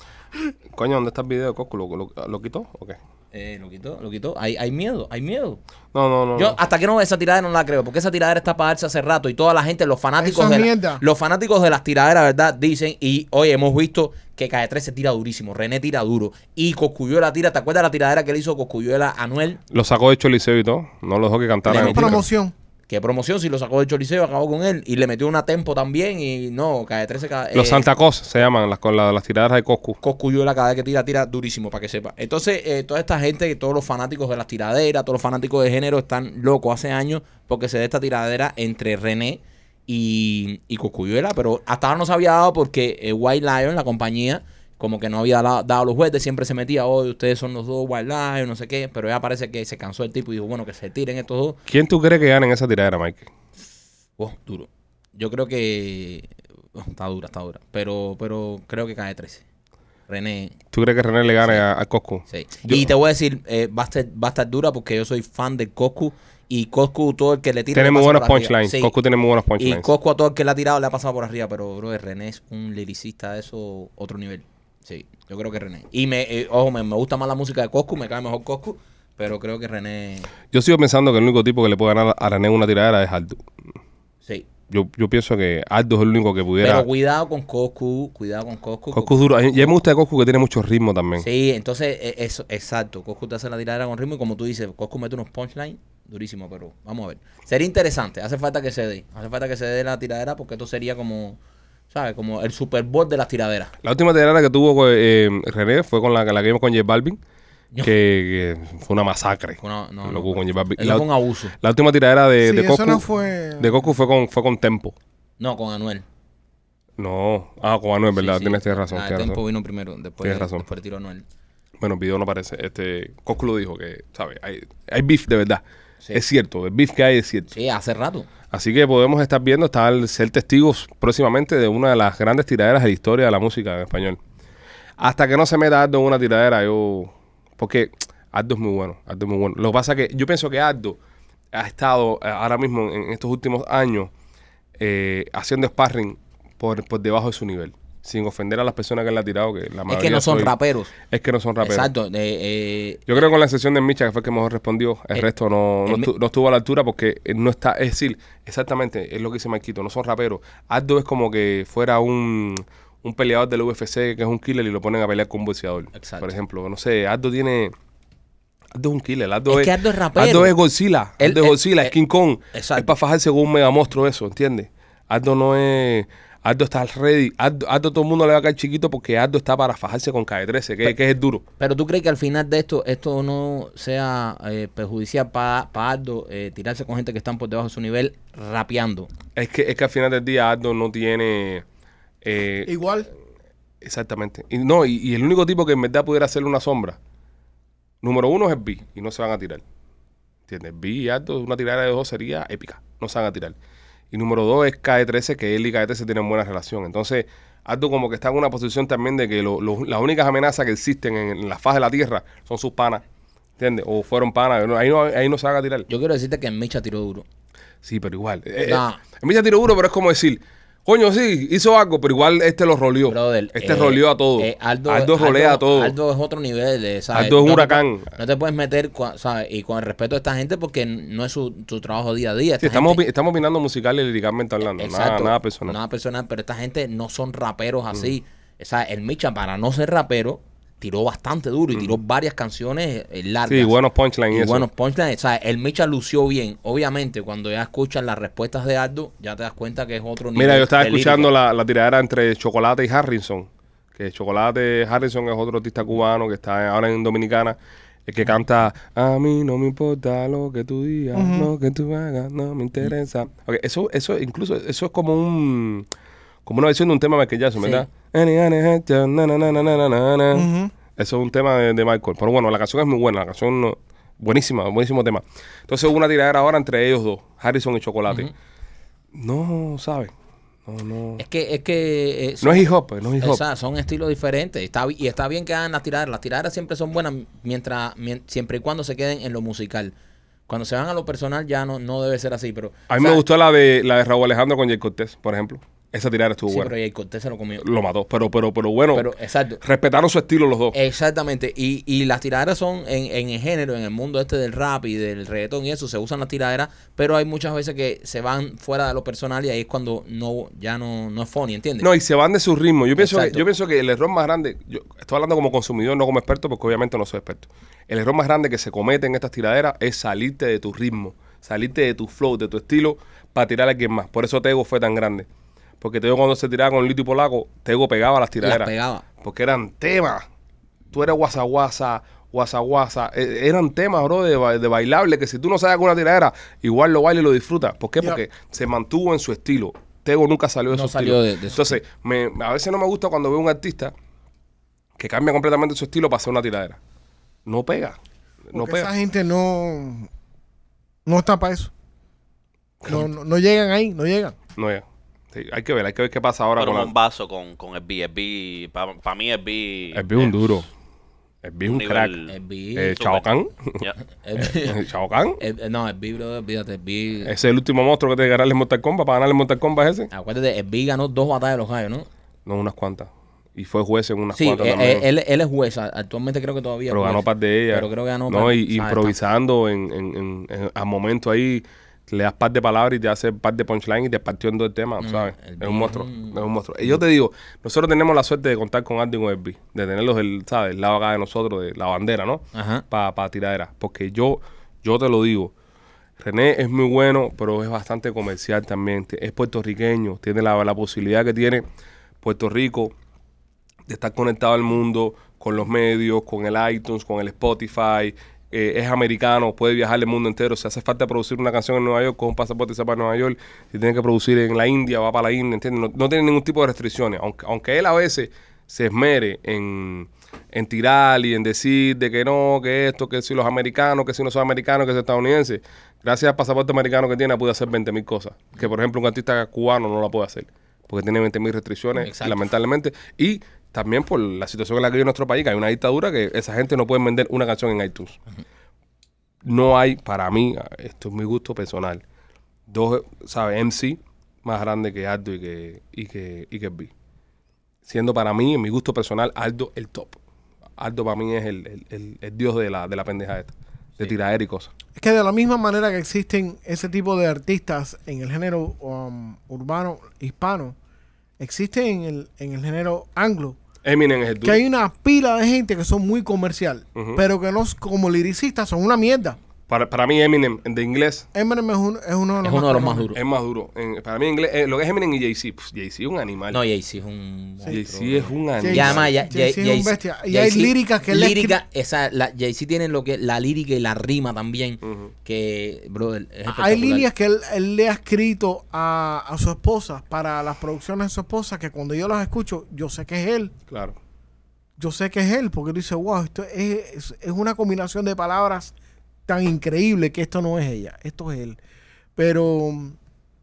Coño, ¿dónde está el video de Coscu? ¿Lo, lo, lo quitó o qué? Eh, lo quitó, lo quitó. Hay, hay miedo, hay miedo. No, no, no. Yo no. hasta que no vea esa tiradera no la creo, porque esa tiradera está para darse hace rato y toda la gente, los fanáticos Eso es de la- mierda. los fanáticos de las tiraderas, ¿verdad? Dicen, y oye, hemos visto que Calle trece tira durísimo, René tira duro y Coscuyuela tira, ¿te acuerdas de la tiradera que le hizo Coscuyuela a Anuel? Lo sacó de Choliseo y todo. No lo dejó que cantara. Le en el metió podcast. Promoción. Que promoción, si lo sacó del Choliseo, acabó con él y le metió una tempo también y no, Calle trece ca- Los eh, Santa Cos se llaman, las, con la- las tiraderas de Coscu. Coscuyuela cada vez que tira, tira durísimo, para que sepa. Entonces, eh, toda esta gente, todos los fanáticos de las tiraderas, todos los fanáticos de género están locos hace años porque se da esta tiradera entre René y, y Cosculluela, pero hasta ahora no se había dado porque eh, White Lion, la compañía, como que no había la, dado los juguetes, siempre se metía, oh, ustedes son los dos White Lion, no sé qué, pero ya parece que se cansó el tipo y dijo, bueno, que se tiren estos dos. ¿Quién tú crees que gane en esa tiradera, Mike? Oh, duro. Yo creo que... oh, está dura, está dura. Pero, pero creo que cae trece. René... ¿Tú crees que René le gane Sí. a, a Coscu? Sí. Yo- Y te voy a decir, eh, va, a estar, va a estar dura porque yo soy fan del Coscu. Y Coscu, todo el que le tira... Tiene le muy pasa buenos por arriba. punchlines. Sí. Coscu tiene muy buenos Y punchlines. Coscu a todo el que le ha tirado le ha pasado por arriba. Pero, bro, René es un liricista de eso, otro nivel. Sí, yo creo que René. Y, me, eh, ojo, me, me gusta más la música de Coscu, me cae mejor Coscu. Pero creo que René... Yo sigo pensando que el único tipo que le puede ganar a René en una tiradera es Aldo. Sí. Yo, yo pienso que Aldo es el único que pudiera... Pero cuidado con Coscu, cuidado con Coscu. Coscu es duro. A mí- Y a mí me gusta de Coscu que tiene mucho ritmo también. Sí, entonces, eh, eso, exacto. Coscu te hace la tiradera con ritmo y como tú dices, Coscu mete unos punchlines durísimos, pero vamos a ver. Sería interesante, hace falta que se dé. Hace falta que se dé la tiradera porque esto sería como, ¿sabes? Como el Super Bowl de las tiraderas. La última tiradera que tuvo eh, René fue con la, la que vimos con J Balvin, que, que fue una masacre. Fue una- no, Lo no, que hubo con J Balvin. Y Eso la, fue un abuso. la última tiradera de, Sí, de eso Coscu, no fue... de Coscu fue con, fue con Tempo. No, con Anuel. No, ah, con Anuel, ¿verdad? Sí, sí. Tienes, tienes razón. Ah, el tienes Tempo razón. vino primero, después, Tienes razón. después tiró Anuel. Bueno, el video no aparece. Este, Coscu lo dijo que, ¿sabes? Hay, hay beef de verdad. Sí. Es cierto, el beef que hay es cierto. Sí, hace rato. Así que podemos estar viendo, estar, ser testigos próximamente de una de las grandes tiraderas de la historia de la música en español. Hasta que no se meta Aldo en una tiradera, yo... Porque Aldo es muy bueno, Aldo es muy bueno. Lo que pasa es que yo pienso que Aldo ha estado eh, ahora mismo, en estos últimos años, eh, haciendo sparring por, por debajo de su nivel. Sin ofender a las personas que le han tirado, que la mayoría Es que no son soy- raperos. Es que no son raperos. Exacto. eh, eh, Yo creo que con la excepción de Micha, que fue el que mejor respondió, el, El- resto no, no, el mi- estu- no estuvo a la altura porque eh, no está, es decir, exactamente, es lo que dice Marquito, no son raperos. Aldo es como que fuera un, un peleador del U F C que es un killer y lo ponen a pelear con un boxeador. Exacto. Por ejemplo, no sé, Aldo tiene... Aldo es un killer, Aldo Es es... que Aldo es rapero. Aldo es Godzilla, Él- Aldo es él- Godzilla, eh, es King Kong. exacto. Es para fajarse con un mega monstruo eso, ¿entiendes? Aldo no es... Aldo está ready. Aldo, Aldo todo el mundo le va a caer chiquito porque Aldo está para fajarse con Calle trece, que, que es el duro. Pero tú crees que al final de esto, esto no sea eh, perjudicial para Aldo eh, tirarse con gente que están por debajo de su nivel rapeando. Es que, es que al final del día Aldo no tiene... eh, Igual, exactamente. Y no, y, y el único tipo que en verdad pudiera hacerle una sombra, número uno es el B, y no se van a tirar. ¿Entiendes? B y Aldo, una tirada de dos sería épica. No se van a tirar. Y número dos es Calle trece, que él y Calle trece tienen buena relación. Entonces, Aldo como que está en una posición también de que lo- lo- las únicas amenazas que existen en, en la faz de la tierra son sus panas. ¿Entiendes? O fueron panas. No, ahí, no, ahí no se van a tirar. Yo quiero decirte que en Micha tiró duro. Sí, pero igual. Eh, Nah. eh, en mí se tiró duro, pero es como decir, coño, sí, hizo algo, pero igual este lo roleó. Brother, este eh, roleó a todo. eh, Aldo, Aldo, rolea a todo. Aldo es otro nivel, eh, ¿sabes? Aldo es un No te huracán. puedes- No te puedes meter, cua- ¿sabes? Y con el respeto de esta gente porque no es su, su trabajo día a día. Sí, Esta estamos, gente- opi- estamos opinando musical y líricamente hablando. Nada, Exacto, nada personal. Nada personal, pero esta gente no son raperos así. Mm. O sea, el Micha, para no ser rapero, tiró bastante duro y tiró varias canciones eh, largas. Mm. Sí, buenos punchlines y Y eso. buenos punchlines. O sea, el Micha lució bien. Obviamente, cuando ya escuchas las respuestas de Aldo, ya te das cuenta que es otro nivel. Mira, yo estaba de lírica. escuchando la, la tiradera entre Chocolate y Harrison. Que Chocolate Harrison es otro artista cubano que está ahora en Dominicana. El que canta, a mí no me importa lo que tú digas, lo que tú hagas, no me interesa. Ok, eso, eso, incluso, eso es como un, como una versión de un tema de Michael Jackson, Sí. ¿verdad? Na, na, na, na, na, na, na. Ujú. Eso es un tema de, de Michael. Pero bueno, la canción es muy buena, la canción no- buenísima, buenísimo tema. Entonces hubo una tiradera ahora entre ellos dos, Harrison y Chocolate. No, ¿sabes? No, no. Es que, es que eh, No es hip hop, pues, no es hip hop. o sea, son estilos diferentes. Está, bi- y está bien que hagan las tiraderas. Las tiraderas siempre son buenas mientras, mien- siempre y cuando se queden en lo musical. Cuando se van a lo personal ya no, no debe ser así. Pero, A mí o sea, me gustó la de la de Raúl Alejandro con Jay Cortés, por ejemplo. Esa tirada estuvo Sí, buena. pero Jay Cortés se lo comió. Lo mató, pero, pero, pero bueno, Pero, exacto. respetaron su estilo los dos. Exactamente. Y, y las tiraderas son en, en el género, en el mundo este del rap y del reggaetón y eso, se usan las tiraderas, pero hay muchas veces que se van fuera de lo personal y ahí es cuando no ya no, no es funny, ¿entiendes? No, y se van de su ritmo. Yo pienso, que, Exacto. yo pienso que el error más grande, yo estoy hablando como consumidor, no como experto, porque obviamente no soy experto. El error más grande que se comete en estas tiraderas es salirte de tu ritmo, salirte de tu flow, de tu estilo, para tirar a alguien más. Por eso Tego fue tan grande. Porque Tego cuando se tiraba con Lito y Polaco, Tego pegaba las las tiraderas. pegaba. Porque eran temas tú eres guasaguasa, guasaguasa. Eh, eran temas, bro, de, ba- de bailable, que si tú no sabes alguna tiradera, igual lo bailas y lo disfrutas. ¿Por qué? Yeah. Porque se mantuvo en su estilo. Tego nunca salió de No su salió estilo. de- de su Entonces, me, a veces no me gusta cuando veo un artista que cambia completamente su estilo para hacer una tiradera. No pega. No Porque pega. esa gente no, no está para eso. No, no, no llegan ahí, no llegan. No llega. Sí, hay que ver, hay que ver qué pasa ahora Pero con un la... vaso con, con el B. El B, para mí el B... El B es un duro. El B es un nivel- crack. El B. Eh, Súper. Chao Kahn. Ya. el- Chao Kahn. el- no, el B, bro, olvídate, el B. Ese es el último monstruo que tiene que ganarle en Mortal Kombat. Para ganarle en Mortal Kombat ese. Acuérdate, el B ganó dos batallas de los gallos, ¿no? No, unas cuantas. Y fue juez en unas Sí, cuantas eh, también. eh, él, él es juez. Actualmente creo que todavía pero es ganó juez. par de ellas. Pero creo que ganó No, par- y o sea, improvisando en, en, en, en- a momento ahí, le das par de palabras y te hace par de punchline y te partió en dos el tema, ¿sabes? el Es B un monstruo. es un- Es un monstruo. Y yo te digo, nosotros tenemos la suerte de contar con Aldo y con el B, de tenerlos del, ¿sabes? El lado acá de nosotros, de la bandera, ¿no? Ajá. Para pa tiradera. Porque yo, yo te lo digo, René es muy bueno, pero es bastante comercial también. Es puertorriqueño, tiene la, la posibilidad que tiene Puerto Rico de estar conectado al mundo con los medios, con el iTunes, con el Spotify. Eh, es americano, puede viajar el mundo entero. Si hace falta producir una canción en Nueva York, con un pasaporte y se va a Nueva York. Si tiene que producir en la India, va para la India, ¿entiendes? No, no tiene ningún tipo de restricciones. Aunque, aunque él a veces se esmere en, en tirar y en decir de que no, que esto, que si los americanos, que si no son americanos, que si estadounidenses. Gracias al pasaporte americano que tiene, puede hacer veinte mil cosas. Que, por ejemplo, un artista cubano no la puede hacer. Porque tiene veinte mil restricciones, Exacto. lamentablemente. Y también por la situación en la que vive nuestro país, que hay una dictadura que esa gente no puede vender una canción en iTunes. No hay, para mí, esto es mi gusto personal, dos, ¿sabes? M C más grande que Aldo y que, y que, y que el B. Siendo para mí, en mi gusto personal, Aldo el top. Aldo para mí es el, el, el, el dios de la, de la pendeja esta, de tiradera y cosas. Es que de la misma manera que existen ese tipo de artistas en el género um, urbano hispano, existen en el, en el género anglo. Eminem es el Que duro. hay una pila de gente que son muy comercial, Ujú. pero que no s- como liricistas son una mierda. Para, para mí Eminem, de inglés, Eminem es, un- es uno de los Es uno de los más cabrones. duros. es más duro. En- para mí en inglés, eh, lo que es Eminem y Jay-Z, pues, Jay-Z es un animal. No, Jay-Z es un monstruo. Jay-Z es un animal. Y además, ya, Jay-Z Jay- es un Jay-Z- bestia. Y hay Jay-Z- líricas que él lírica, esa, la, Jay-Z tiene lo que la lírica y la rima también. Ujú. Que, brother, es espectacular. Hay líneas que él, él le ha escrito a, a su esposa para las producciones de su esposa que cuando yo las escucho, yo sé que es él. Claro. Yo sé que es él, porque tú dices, wow, esto es, es, es una combinación de palabras tan increíble que esto no es ella, esto es él. Pero um,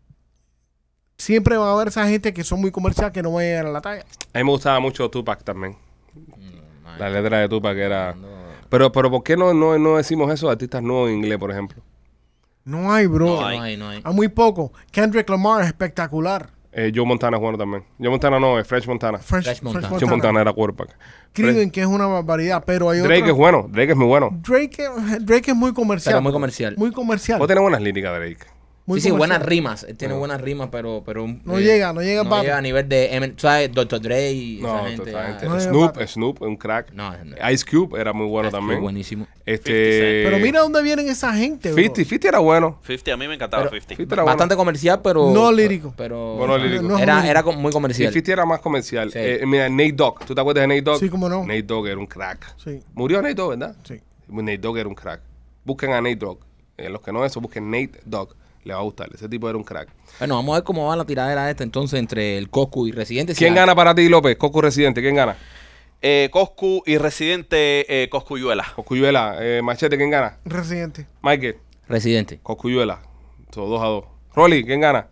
siempre va a haber esa gente que son muy comercial que no va a llegar a la talla. A mí me gustaba mucho Tupac también. Mm, La letra de Tupac era... no. Pero, pero ¿por qué no, no, no decimos eso de artistas nuevos en inglés, por ejemplo? No hay, bro. No No hay. hay, no hay. Hay muy poco. Kendrick Lamar es espectacular. Eh, Joe Montana es bueno también. Joe Montana no, es French Montana. Fresh, Fresh Montana. Joe Montana era quarterback. Escriben que es una barbaridad, pero hay Drake otros- es bueno, Drake es muy bueno. Drake, Drake es muy comercial. Pero muy comercial. Muy comercial. Vos tenés buenas líricas, Drake. muy sí, sí, comercial. buenas rimas. Él tiene buenas rimas, pero... pero No llega, no llega no papi. llega a nivel de Eminem. ¿Tú sabes? doctor Dre y No, esa gente. totalmente. ah, No, Snoop, papi. Snoop, un crack. No, no. Ice Cube era muy bueno Ice Cube, también. buenísimo. Este... Pero mira dónde vienen esa gente, bro. Fifty, Fifty era bueno. cincuenta, a mí me encantaba Pero- cincuenta. Fifty era bueno. Bastante comercial, pero... No lírico. Pero... Bueno, lírico. No es Era, lírico. era como muy Sí, comercial. Fifty era más comercial. Sí. Eh, mira, Nate Dogg. ¿Tú te acuerdas de Nate Dogg? Sí, cómo no. Nate Dogg era un crack. Sí, Murió Nate Dogg, ¿verdad? sí. Nate Dogg era un crack. Busquen a Nate Dogg. Eh, los que no eso, busquen Nate Dogg. Le va a gustar. Ese tipo era un crack. Bueno, vamos a ver cómo va la tiradera esta entonces entre el Coscu y Residente. Si ¿Quién la- gana para ti, López? Coco Residente, ¿quién gana? Eh, Coscu y Residente eh, Coscuyuela. Coscuyuela, eh, Machete, ¿quién gana? Residente. Michael, Residente. Coscuyuela. Son dos a dos. Rolly, ¿quién gana?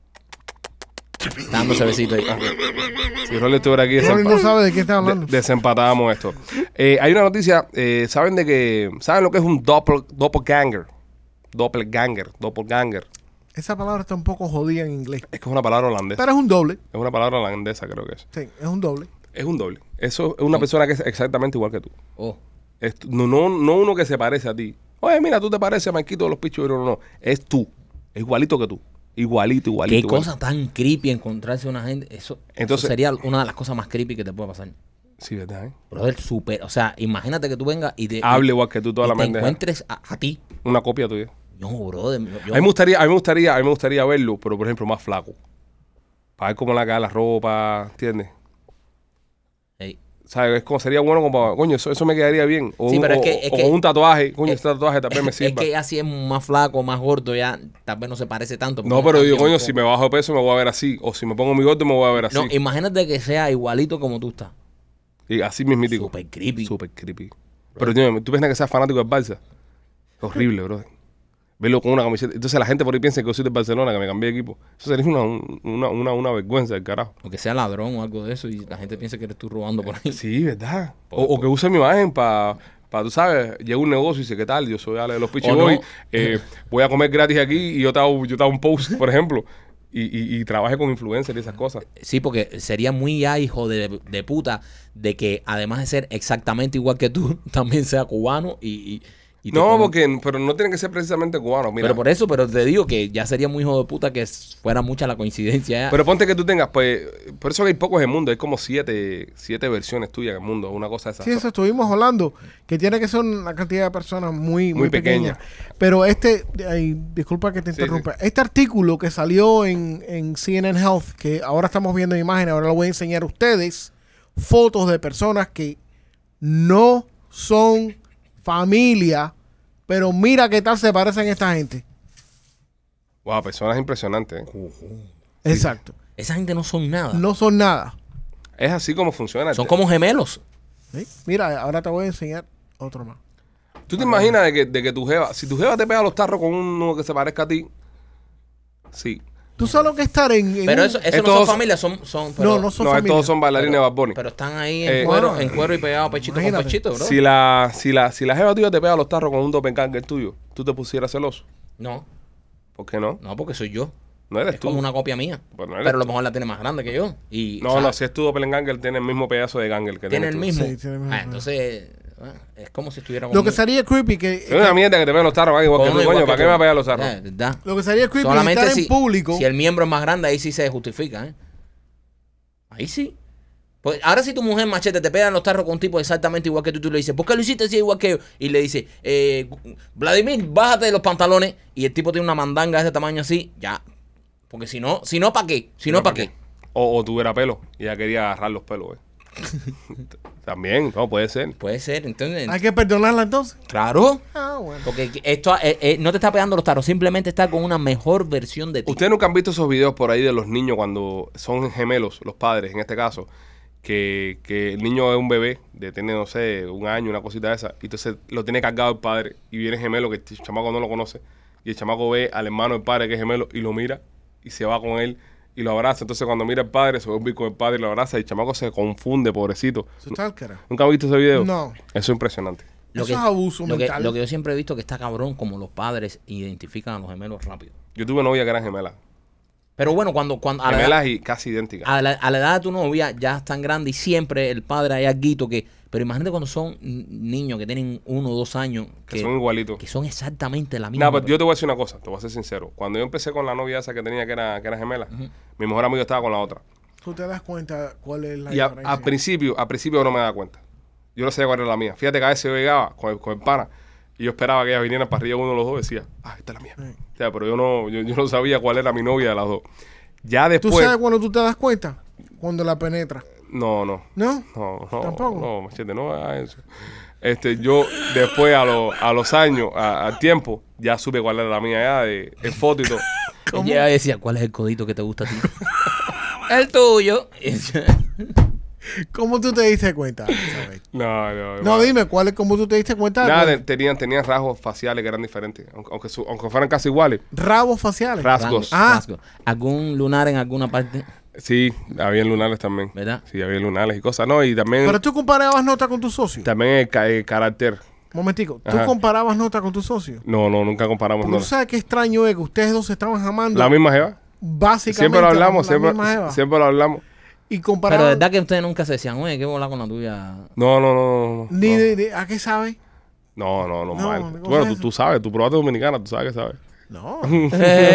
Está dando ese besito ahí. Si Rolly estuviera aquí, Rolly desempa- no sabe de qué está hablando. de- desempatábamos esto. Eh, hay una noticia, eh, ¿saben de que ¿saben lo que es un doppel, doppelganger? Doppelganger, doppelganger. Esa palabra está un poco jodida en inglés. Es que es una palabra holandesa. Pero es un doble. Es una palabra holandesa, creo que es. Sí, es un doble. Es un doble. Eso es una persona que es exactamente igual que tú. Oh. Es tú- no, no, no uno que se parece a ti. Oye, mira, tú te pareces a Marquito de los Pichos. No, no, no. Es tú. Es igualito que tú. Igualito, igualito. Qué igualito. cosa tan creepy encontrarse una gente. Eso, Entonces- eso sería una de las cosas más creepy que te puede pasar. Sí, ¿verdad? eh? Brother, súper. O sea, imagínate que tú vengas y te, Hable igual que tú toda y la te mente. encuentres a, a ti. Una copia tuya. No, brother. Yo, A mí me gustaría, a mí me gustaría, a mí me gustaría verlo, pero por ejemplo más flaco. Para ver cómo le cae la ropa, ¿entiendes? Ey, ¿sabes? Es como sería bueno como, coño, eso, eso me quedaría bien. O, Sí, un, pero es o- que- es o que- con un tatuaje, coño, es- ese tatuaje tal vez me Es sirva. que ya si es más flaco, más gordo, ya tal vez no se parece tanto. porque No, pero cambia digo, un coño, poco. si me bajo de peso me voy a ver así. O si me pongo mi gordo me voy a ver así. No, imagínate que sea igualito como tú estás. Y así mismítico. Super creepy. Super creepy. Pero dime, ¿tú piensas que seas fanático del Barça? Horrible, bro. Verlo con una camiseta. Entonces la gente por ahí piensa que yo soy del Barcelona, que me cambié de equipo. Eso sería una, una, una, una vergüenza del carajo. O que sea ladrón o algo de eso y la gente piensa que eres tú robando por ahí. Sí, ¿verdad? O, o que use mi imagen para, tú sabes, llega un negocio y dice, ¿qué tal? Yo soy Ale de los Pichi O no. Boys, eh, voy a comer gratis aquí y yo te hago, yo te hago un post, por ejemplo, y, y, y trabaje con influencers y esas cosas. Sí, porque sería muy ya hijo de, de puta de que además de ser exactamente igual que tú, también sea cubano y... y, y te No, pongan- porque, pero no tienen que ser precisamente cubanos, mira. Pero por eso, pero te digo que ya sería muy hijo de puta que fuera mucha la coincidencia. ya. Pero ponte que tú tengas, pues, por eso que hay pocos en el mundo, hay como siete, siete versiones tuyas en el mundo, una cosa esa. Sí, eso estuvimos hablando, que tiene que ser una cantidad de personas muy, muy, Muy pequeña. pequeña. Pero este, ay, disculpa que te Sí, interrumpa, este artículo que salió en, en C N N Health, que ahora estamos viendo imágenes, ahora lo voy a enseñar a ustedes, fotos de personas que no son familia, pero mira qué tal se parecen esta gente. Wow, personas impresionantes. ¿eh? Exacto. Esa gente no son nada. No son nada. Es así como funciona. Son como gemelos. ¿Sí? Mira, ahora te voy a enseñar otro más. ¿Tú te imaginas de que, de que tu jeva, si tu jeva te pega los tarros con uno que se parezca a ti? Sí. ¿Tú sabes lo que es estar en, en Pero un- eso, eso no Estos- son familias, son... son pero, No, no son no, familia. todos son bailarines de Bad Bunny. Pero están ahí en, Eh, cuero, bueno, en cuero y pegados pechito imagínate. con pechito, bro. Si la, si la, si la jeva tuya te pega los tarros con un doppelganger tuyo, ¿tú te pusieras celoso? No, ¿Por qué no? no, porque soy yo. No eres Es tú. como una copia mía. Pues no eres Pero a lo tú. mejor la tiene más grande que yo. Y, No, o sea, no, si es tu doppelganger, tiene el mismo pedazo de ganger que tiene tienes el tú. mismo. Sí, tiene el mismo. Ah, entonces, ah, es como si estuviera Lo que sería creepy que... Es una mierda que te peguen los tarros, igual que Con tú, uno igual coño. que ¿Para qué tú. me va a pegar los tarros? Eh, ¿verdad? Lo que sería creepy es Solamente estar si, en público. si el miembro es más grande, ahí sí se justifica, ¿eh? Ahí sí. Pues ahora si tu mujer machete te pega en los tarros con un tipo exactamente igual que tú, tú le dices, ¿por qué lo hiciste así igual que yo? Y le dices, eh, Vladimir, bájate de los pantalones. Y el tipo tiene una mandanga de ese tamaño así, ya. Porque si no, si no, ¿para qué? Si no, ¿para qué? O, o tuviera pelo y ella quería agarrar los pelos, eh. También, no, puede ser. Puede ser, entonces. Hay que perdonarla entonces. Claro. Ah, bueno. Porque esto eh, eh, no te está pegando los tarros, simplemente está con una mejor versión de ti. Ustedes nunca han visto esos videos por ahí de los niños cuando son gemelos, los padres, en este caso, que, que el niño es un bebé, de tiene, no sé, un año, una cosita de esa, y entonces lo tiene cargado el padre, y viene gemelo que el chamaco no lo conoce, y el chamaco ve al hermano del padre que es gemelo, y lo mira, y se va con él, y lo abraza. Entonces cuando mira al padre, se vuelve con el padre y lo abraza, y el chamaco se confunde, pobrecito. Eso está al cara. ¿Nunca han visto ese video? No. Eso es impresionante. Eso es abuso lo que, mental. lo que yo siempre he visto que está cabrón como los padres identifican a los gemelos rápido. Yo tuve novia que eran gemelas. Pero bueno, cuando, cuando a, la edad, Gemelas y casi idénticas. a, la, a la edad de tu novia ya están grandes y siempre el padre hay alguito que... Pero imagínate cuando son n- niños que tienen uno o dos años que son igualitos. que son exactamente la misma. No, pero yo te voy a decir una cosa, te voy a ser sincero. Cuando yo empecé con la novia esa que tenía que era, que era gemela, mi mejor amigo estaba con la otra. Tú te das cuenta cuál es la Y a- diferencia. al principio, al principio no me daba cuenta. Yo no sabía cuál era la mía. Fíjate que a veces yo llegaba con el, con el pana y yo esperaba que ella viniera para arriba uno de los dos y decía, ah, esta es la mía. Sí. O sea, pero yo no, yo, yo no sabía cuál era mi novia de las dos. Ya ¿Tú después... sabes cuando tú te das cuenta? Cuando la penetra. No, no. ¿No? No, no, ¿Tampoco? no, machete, no hagas eso. Este, yo después a, lo- a los años, a- al tiempo, ya supe cuál era la mía ya, de, en foto y todo. Y ella decía, ¿cuál es el codito que te gusta a ti? El tuyo. ¿Cómo tú te diste cuenta? Isabel? No, no, No, dime, ¿cuál es cómo tú te diste cuenta? Nada, ¿Cuál? de- tenían, tenían rasgos faciales que eran diferentes, aunque, aunque, su- aunque fueran casi iguales. Rabos faciales. Rasgos. Ah. Rasgos. ¿Algún lunar en alguna parte? Sí, había lunares también. ¿Verdad? Sí, había lunares y cosas, ¿no? Y también, Pero tú comparabas nota con tu socio. también el, ca- el carácter. Momentico, tú Ajá. comparabas nota con tu socio. No, no, nunca comparamos. Porque No. tú sabes qué extraño es que ustedes dos se estaban amando. La misma jeva. Básicamente. Siempre lo hablamos, la misma siempre, jeva. siempre lo hablamos. Y Pero comparaban. de verdad que ustedes nunca se decían, oye, qué bola con la tuya. No, no, no, no. no. Ni no. de, de- ¿A qué sabes? No, no, no, No, mal. ¿qué cosa Bueno, es tú, eso? tú sabes, tú probaste dominicana, tú sabes que sabes. No.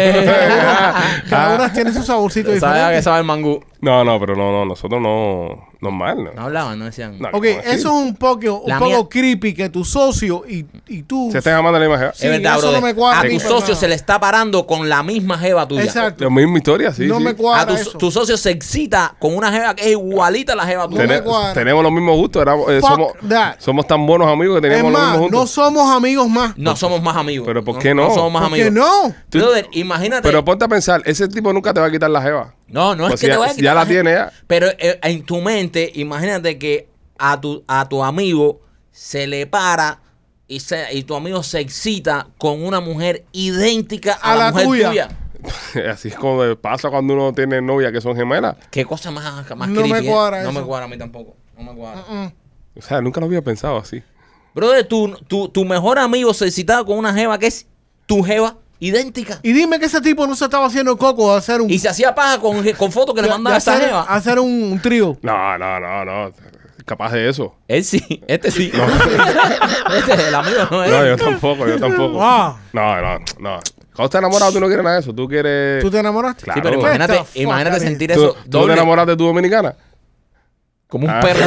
Cada una tiene su saborcito ¿Sabes a qué diferente. sabe el mangú? No, no, pero no, no, nosotros no. Normal, ¿no? No hablaban, no decían. No. Ok, ¿cómo eso así? es un poco, un La poco mía- creepy que tu socio y, y tú... Se están amando la misma jeva. Sí, es verdad, eso brother. no me cuadra A a mí tu para socio nada. se le está parando con la misma jeva tuya. Exacto. La misma historia, sí, no sí. me A cuadra tu, eso. tu socio se excita con una jeva que es igualita a la jeva tuya. No me Tene- cuadra. tenemos los mismos gustos. éramos- eh, Fuck somos, that. somos tan buenos amigos que Es tenemos los más, mismos no gustos. somos amigos más. No somos más amigos. Pero ¿por qué no? No somos más ¿Por qué amigos. no? Brother, imagínate. Pero ponte a pensar, ese tipo nunca te va a quitar la jeva. no, no Pues es que ya- te vaya a ya quitar la je- tiene ya. Pero eh, en tu mente, imagínate que a tu, a tu amigo se le para y, se, y tu amigo se excita con una mujer idéntica a, A la, la mujer tuya. tuya. Así es como pasa cuando uno tiene novia que son gemelas. Qué cosa más, más No me creepy, ¿eh? cuadra No eso. me cuadra a mí tampoco. No me cuadra. Mm. O sea, nunca lo había pensado así. Brother, tu, tu, tu mejor amigo se excitaba con una jeva que es tu jeva idéntica. Y dime que ese tipo no se estaba haciendo coco de hacer un... Y se hacía paja con, con fotos que le de- mandaba a de esa hacer, jeva. hacer un, un trío. No, no, no, no. Capaz de eso. Él sí, este sí. Este es el amigo, no es. No, yo tampoco, yo tampoco. Ah. No, no, no. Cuando estás enamorado, tú no quieres nada de eso. Tú quieres. ¿Tú te enamoraste? Claro. Sí, pero Get imagínate, the fuck imagínate out of sentir ¿Tú, eso tú te doble, enamoraste de tu dominicana? como un Ah. perro.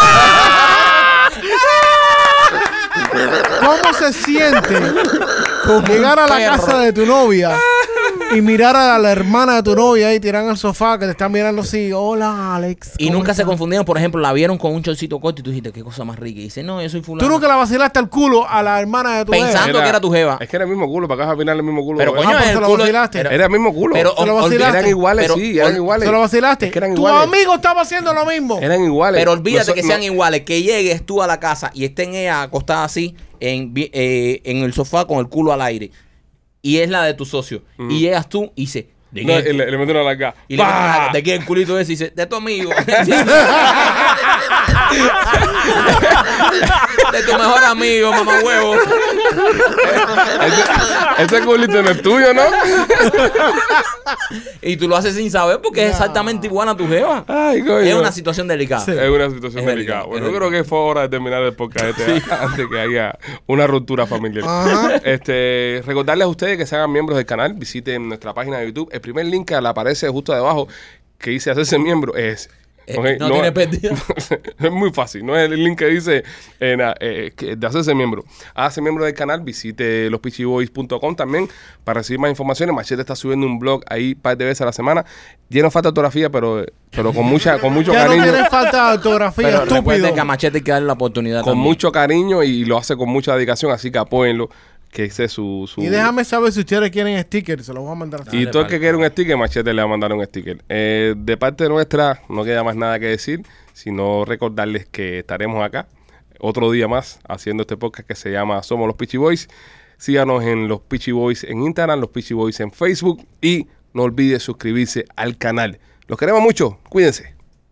¿Cómo se siente llegar a la perro. casa de tu novia y mirar a la hermana de tu novia ahí tirando al sofá que te están mirando así? Hola, Alex. Y ¿cómo nunca se estás?" confundieron, por ejemplo, la vieron con un chorcito corto y tú dijiste, qué cosa más rica. Y dice, no, yo soy fulano. Tú nunca la vacilaste al culo a la hermana de tu Pensando- novia. que era tu jeva. Es que era el mismo culo. Para acá al final el mismo culo. Pero Era- coño, Ah, pues el se lo culo- vacilaste. pero- Era el mismo culo. Pero Se lo ol- vacilaste. eran iguales, pero sí, eran ol- iguales. Se lo vacilaste. Es que eran Tu iguales. amigo estaba haciendo lo mismo. Eran iguales. Pero olvídate No que so- sean no- iguales, que llegues tú a la casa y estén ella acostada así en, vi- eh, en el sofá con el culo al aire. Y es la de tu socio. Y llegas tú y dices, ¿de No, quién? le, le metió una larga. Y le ¡Pah! metes la- ¿de quién el culito ese? Y dice, de tu amigo. De tu mejor amigo, mamá huevo. Ese, ese culito no es tuyo, ¿no? Y tú lo haces sin saber porque es exactamente igual a tu jeva. Ay, coño. Es una situación delicada. Sí. Es una situación Es delicada. delicado, Bueno, es yo creo que fue hora de terminar el podcast este antes que haya una ruptura familiar. Ajá. Este, recordarles a ustedes que se hagan miembros del canal, visiten nuestra página de YouTube. El primer link que le aparece justo debajo que dice hacerse miembro es... Eh, ok, no tiene pérdida. Es muy fácil, no es el link que dice eh, na- eh, que- de hacerse miembro. Hágase miembro del canal, visite los pitchy boys punto com también para recibir más informaciones. Machete está subiendo un blog ahí un par de veces a la semana. Lleno de falta de ortografía, pero, pero con mucha, con mucho Ya no cariño. tiene falta de ortografía, Pero recuerden estúpido. que a Machete hay que darle la oportunidad Con también. mucho cariño y lo hace con mucha dedicación, así que apóyenlo, que ese es su... su Y déjame saber si ustedes quieren stickers, se los voy a mandar. y Dale, todo el que pal. quiera un sticker, Machete le va a mandar un sticker. Eh, de parte nuestra, no queda más nada que decir, sino recordarles que estaremos acá otro día más haciendo este podcast que se llama Somos los Pitchy Boys. Síganos en los Pitchy Boys en Instagram, los Pitchy Boys en Facebook y no olvide suscribirse al canal. Los queremos mucho, cuídense.